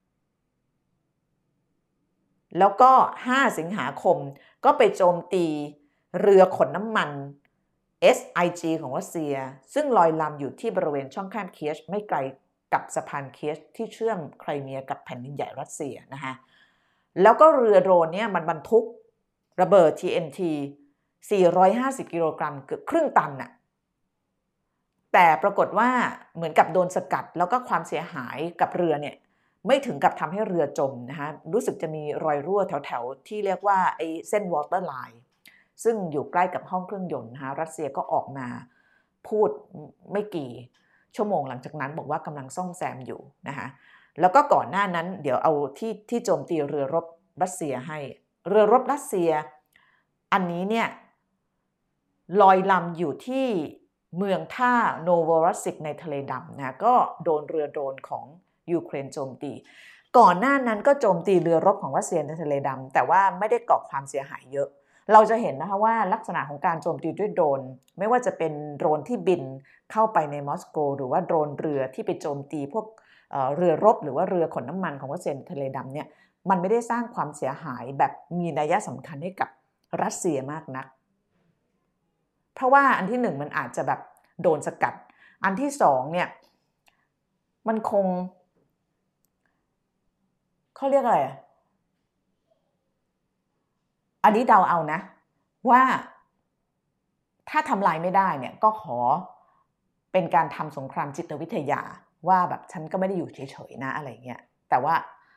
แล้วก็ห้าสิงหาคมก็ไปโจมตีเรือขนน้ำมัน เอส ไอ จี ของรัสเซียซึ่งลอยลำอยู่ที่บริเวณช่องข้ามเคียชไม่ไกลกับสะพานเคียชที่เชื่อมไครเมียกับแผ่นดินใหญ่รัสเซียนะคะแล้วก็เรือโดรนเนี่ยมันบรรทุกระเบิด ที เอ็น ที สี่ร้อยห้าสิบกิโลกรัมเกือบครึ่งตันน่ะแต่ปรากฏว่าเหมือนกับโดนสกัดแล้วก็ความเสียหายกับเรือเนี่ยไม่ถึงกับทำให้เรือจมนะคะรู้สึกจะมีรอยรั่วแถวๆที่เรียกว่าไอ้เส้นวอเตอร์ไลน์ซึ่งอยู่ใกล้กับห้องเครื่องยนต์นะคะรัสเซียก็ออกมาพูดไม่กี่ชั่วโมงหลังจากนั้นบอกว่ากำลังซ่อมแซมอยู่นะคะแล้วก็ก่อนหน้านั้นเดี๋ยวเอาที่ที่โจมตีเรือรบรัสเซียให้เรือรบรัสเซียอันนี้เนี่ยลอยลำอยู่ที่เมืองท่าโนโวรัสซิกในทะเลดำนะก็โดนเรือโดรนของยูเครนโจมตีก่อนหน้านั้นก็โจมตีเรือรบของรัสเซียในทะเลดำแต่ว่าไม่ได้ก่อความเสียหายเยอะเราจะเห็นนะคะว่าลักษณะของการโจมตีด้วยโดรนไม่ว่าจะเป็นโดรนที่บินเข้าไปในมอสโกหรือว่าโดรนเรือที่ไปโจมตีพวกเรือรบหรือว่าเรือขนน้ำมันของรัสเซียในทะเลดำเนี่ยมันไม่ได้สร้างความเสียหายแบบมีนัยสำคัญให้กับรัสเซียมากนักเพราะว่าอันที่หนึ่งมันอาจจะแบบโดนสกัดอันที่สองเนี่ยมันคงเขาเรียกอะไรอันนี้เดาเอานะว่าถ้าทำลายไม่ได้เนี่ยก็ขอเป็นการทำสงครามจิตวิทยาว่าแบบฉันก็ไม่ได้อยู่เฉยๆนะอะไรเงี้ยแต่ว่า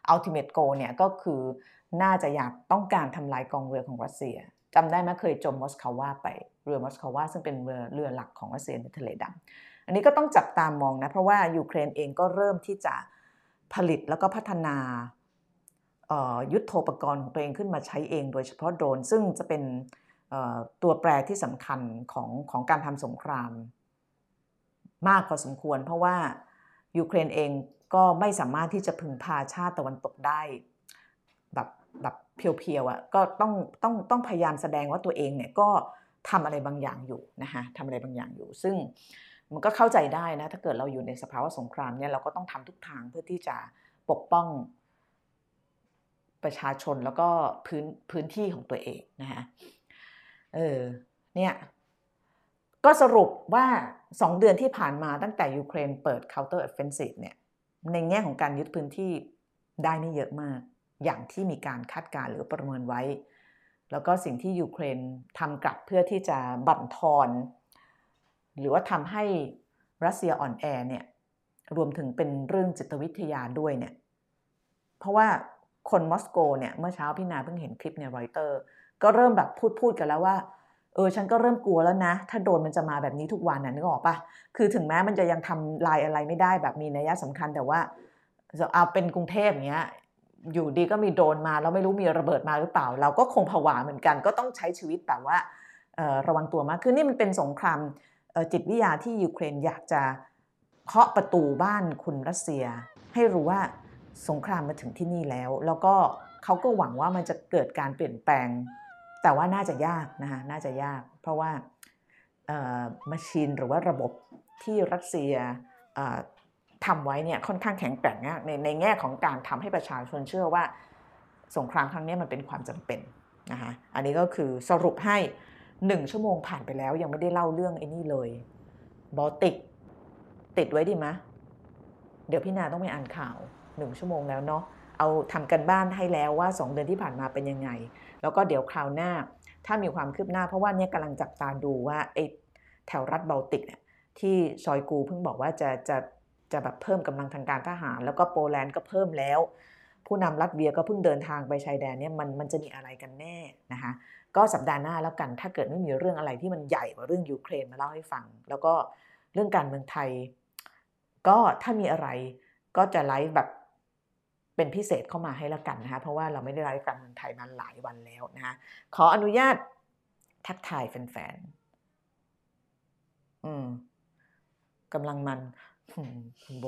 ultimate goal เนี่ยก็คือน่าจะอยากต้องการทำลายกองเรือของรัสเซียจำได้ไหมเคยจมมอสโกวาไปเรือมอสโกวาซึ่งเป็นเรือเรือหลักของรัสเซียในทะเลดำอันนี้ก็ต้องจับตามองนะเพราะว่ายูเครนเองก็เริ่มที่จะผลิตแล้วก็พัฒนายุทโธปกรณ์ของตัวเองขึ้นมาใช้เองโดยเฉพาะโดรนซึ่งจะเป็นตัวแปรที่สำคัญของของการทำสงครามมากพอสมควรเพราะว่ายูเครนเองก็ไม่สามารถที่จะพึ่งพาชาติตะวันตกได้แบบแบบเพียวๆอ่ะก็ต้องต้องต้องพยายามแสดงว่าตัวเองเนี่ยก็ทำอะไรบางอย่างอยู่นะคะทำอะไรบางอย่างอยู่ซึ่งมันก็เข้าใจได้นะถ้าเกิดเราอยู่ในสภาวะสงครามเนี่ยเราก็ต้องทำทุกทางเพื่อที่จะปกป้องประชาชนแล้วก็พื้นพื้นที่ของตัวเองนะคะเออเนี่ยก็สรุปว่าสองเดือนที่ผ่านมาตั้งแต่ยูเครนเปิด counter offensive เนี่ยในแง่ของการยึดพื้นที่ได้ไม่เยอะมากอย่างที่มีการคาดการณ์หรือประเมินไว้แล้วก็สิ่งที่ยูเครนทำกลับเพื่อที่จะบั่นทอนหรือว่าทำให้รัสเซียอ่อนแอเนี่ยรวมถึงเป็นเรื่องจิตวิทยาด้วยเนี่ยเพราะว่าคนมอสโกเนี่ยเมื่อเช้าพี่นาเพิ่งเห็นคลิปในรอยเตอร์ก็เริ่มแบบพูดพูดกันแล้วว่าเออฉันก็เริ่มกลัวแล้วนะถ้าโดนมันจะมาแบบนี้ทุกวันน่ะนึกออกปะคือถึงแม้มันจะยังทำลายอะไรไม่ได้แบบมีนัยสำคัญแต่ว่าเอาเป็นกรุงเทพอย่างเงี้ยอยู่ดีก็มีโดรนมาแล้วไม่รู้มีระเบิดมาหรือเปล่าเราก็คงผวาเหมือนกันก็ต้องใช้ชีวิตแบบว่าระวังตัวมากคือนี่มันเป็นสงครามจิตวิทยาที่ยูเครนอยากจะเคาะประตูบ้านคุณรัสเซียให้รู้ว่าสงครามมาถึงที่นี่แล้วแล้วก็เขาก็หวังว่ามันจะเกิดการเปลี่ยนแปลงแต่ว่าน่าจะยากนะคะน่าจะยากเพราะว่ามาชีนหรือว่าระบบที่รัสเซียทำไว้เนี่ยค่อนข้างแข็งแกร่งในในแง่ของการทำให้ประชาชนเชื่อว่าสงครามครั้งนี้มันเป็นความจำเป็นนะคะอันนี้ก็คือสรุปให้หนึ่งชั่วโมงผ่านไปแล้วยังไม่ได้เล่าเรื่องไอ้นี่เลยบอลติกติดไว้ดีไหมเดี๋ยวพี่นาต้องไปอ่านข่าวหนึ่งชั่วโมงแล้วเนาะเอาทำกันบ้านให้แล้วว่าสองเดือนที่ผ่านมาเป็นยังไงแล้วก็เดี๋ยวคราวหน้าถ้ามีความคืบหน้าเพราะว่าเนี่ยกำลังจับตาดูว่าไอ้แถวรัฐบอลติกเนี่ยที่ชอยกูเพิ่งบอกว่าจะจะจะแบบเพิ่มกำลังทางการทหารแล้วก็โปแลนด์ก็เพิ่มแล้วผู้นำรัสเซียก็เพิ่งเดินทางไปชายแดนเนี่ยมันมันจะมีอะไรกันแน่นะคะก็สัปดาห์หน้าแล้วกันถ้าเกิดไม่มีเรื่องอะไรที่มันใหญ่กว่าเรื่องยูเครนมาเล่าให้ฟังแล้วก็เรื่องการเมืองไทยก็ถ้ามีอะไรก็จะไลฟ์แบบเป็นพิเศษเข้ามาให้แล้วกันนะคะเพราะว่าเราไม่ได้ไลฟ์การเมืองไทยมาหลายวันแล้วนะคะขออนุญาตทักทายแฟนๆอืมกำลังมันคุณโบ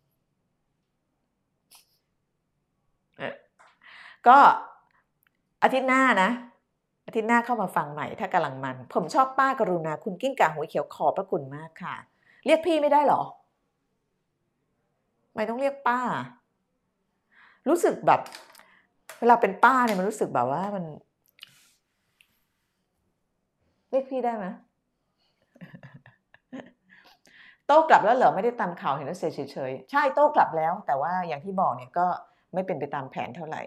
ก็อาทิตย์หน้านะอาทิตย์หน้าเข้ามาฟังใหม่ถ้ากำลังมันผมชอบป้ากรุณาคุณกิ้งก่าหัวเขียวขอบพระคุณมากค่ะเรียกพี่ไม่ได้หรอไม่ต้องเรียกป้ารู้สึกแบบเวลาเป็นป้าเนี่ยมันรู้สึกแบบว่ามันเรียกพี่ได้ไหมโต้กลับแล้วเหรอไม่ได้ตามข่าวเห็นแล้วเสียเฉยๆใช่โต้กลับแล้วแต่ว่าอย่างที่บอกเนี่ยก็ไม่เป็นไปตามแผนเท่าไหร่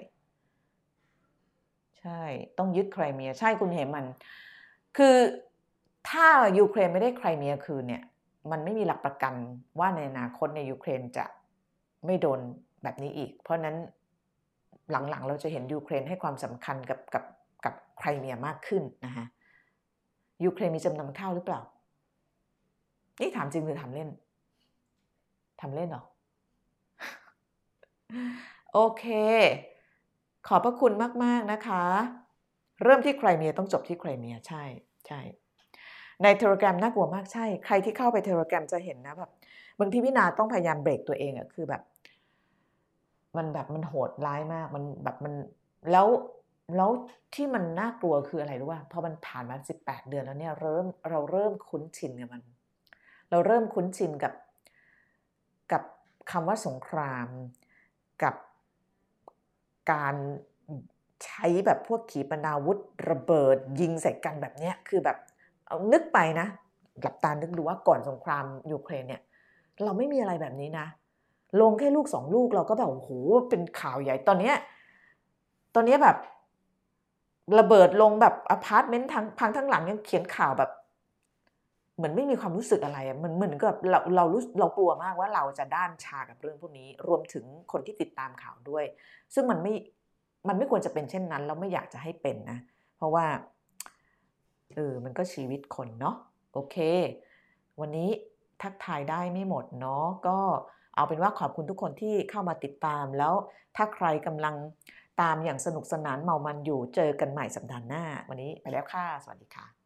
ใช่ต้องยึดไครเมียใช่คุณเหมันคือถ้ายูเครนไม่ได้ไครเมียคืนเนี่ยมันไม่มีหลักประกันว่าในอนาคตในยูเครนจะไม่โดนแบบนี้อีกเพราะนั้นหลังๆเราจะเห็นยูเครนให้ความสำคัญกับกับกับไครเมียมากขึ้นนะคะยูเครนมีจำนำข้าวหรือเปล่านี่ถามจริงหรือถามเล่นทำเล่นเหรอโอเคขอบพระคุณมากๆนะคะเริ่มที่ไครเมียต้องจบที่ไครเมียใช่ใช่ใน Telegram น่ากลัวมากใช่ใครที่เข้าไป Telegram จะเห็นนะแบบบางทีพี่นาต้องพยายามเบรกตัวเองอะคือแบบมันแบบมันโหดร้ายมากมันแบบมันแล้วแล้วที่มันน่ากลัวคืออะไรรู้ป่ะพอมันผ่านมาสิบแปดเดือนแล้วเนี่ยเริ่มเราเริ่มคุ้นชินกับมันเราเริ่มคุ้นชินกับกับคำว่าสงครามกับการใช้แบบพวกขีปนาวุธระเบิดยิงใส่กันแบบนี้คือแบบเอานึกไปนะหลับตานึกดูว่าก่อนสงครามยูเครนเนี่ยเราไม่มีอะไรแบบนี้นะลงแค่ลูกสองลูกเราก็แบบโอ้โหเป็นข่าวใหญ่ตอนนี้ตอนนี้แบบระเบิดลงแบบอพาร์ตเมนต์ทั้งพังทั้งหลังยังเขียนข่าวแบบเหมือนไม่มีความรู้สึกอะไรอะมันเหมือนกับเราเรารู้เรากลัวมากว่าเราจะด้านชากับเรื่องพวกนี้รวมถึงคนที่ติดตามข่าวด้วยซึ่งมันไม่มันไม่ควรจะเป็นเช่นนั้นแล้วไม่อยากจะให้เป็นนะเพราะว่าเออมันก็ชีวิตคนเนาะโอเควันนี้ทักทายได้ไม่หมดเนาะก็เอาเป็นว่าขอบคุณทุกคนที่เข้ามาติดตามแล้วถ้าใครกำลังตามอย่างสนุกสนานเมามันอยู่เจอกันใหม่สัปดาห์หน้าวันนี้ไปแล้วค่ะสวัสดีค่ะ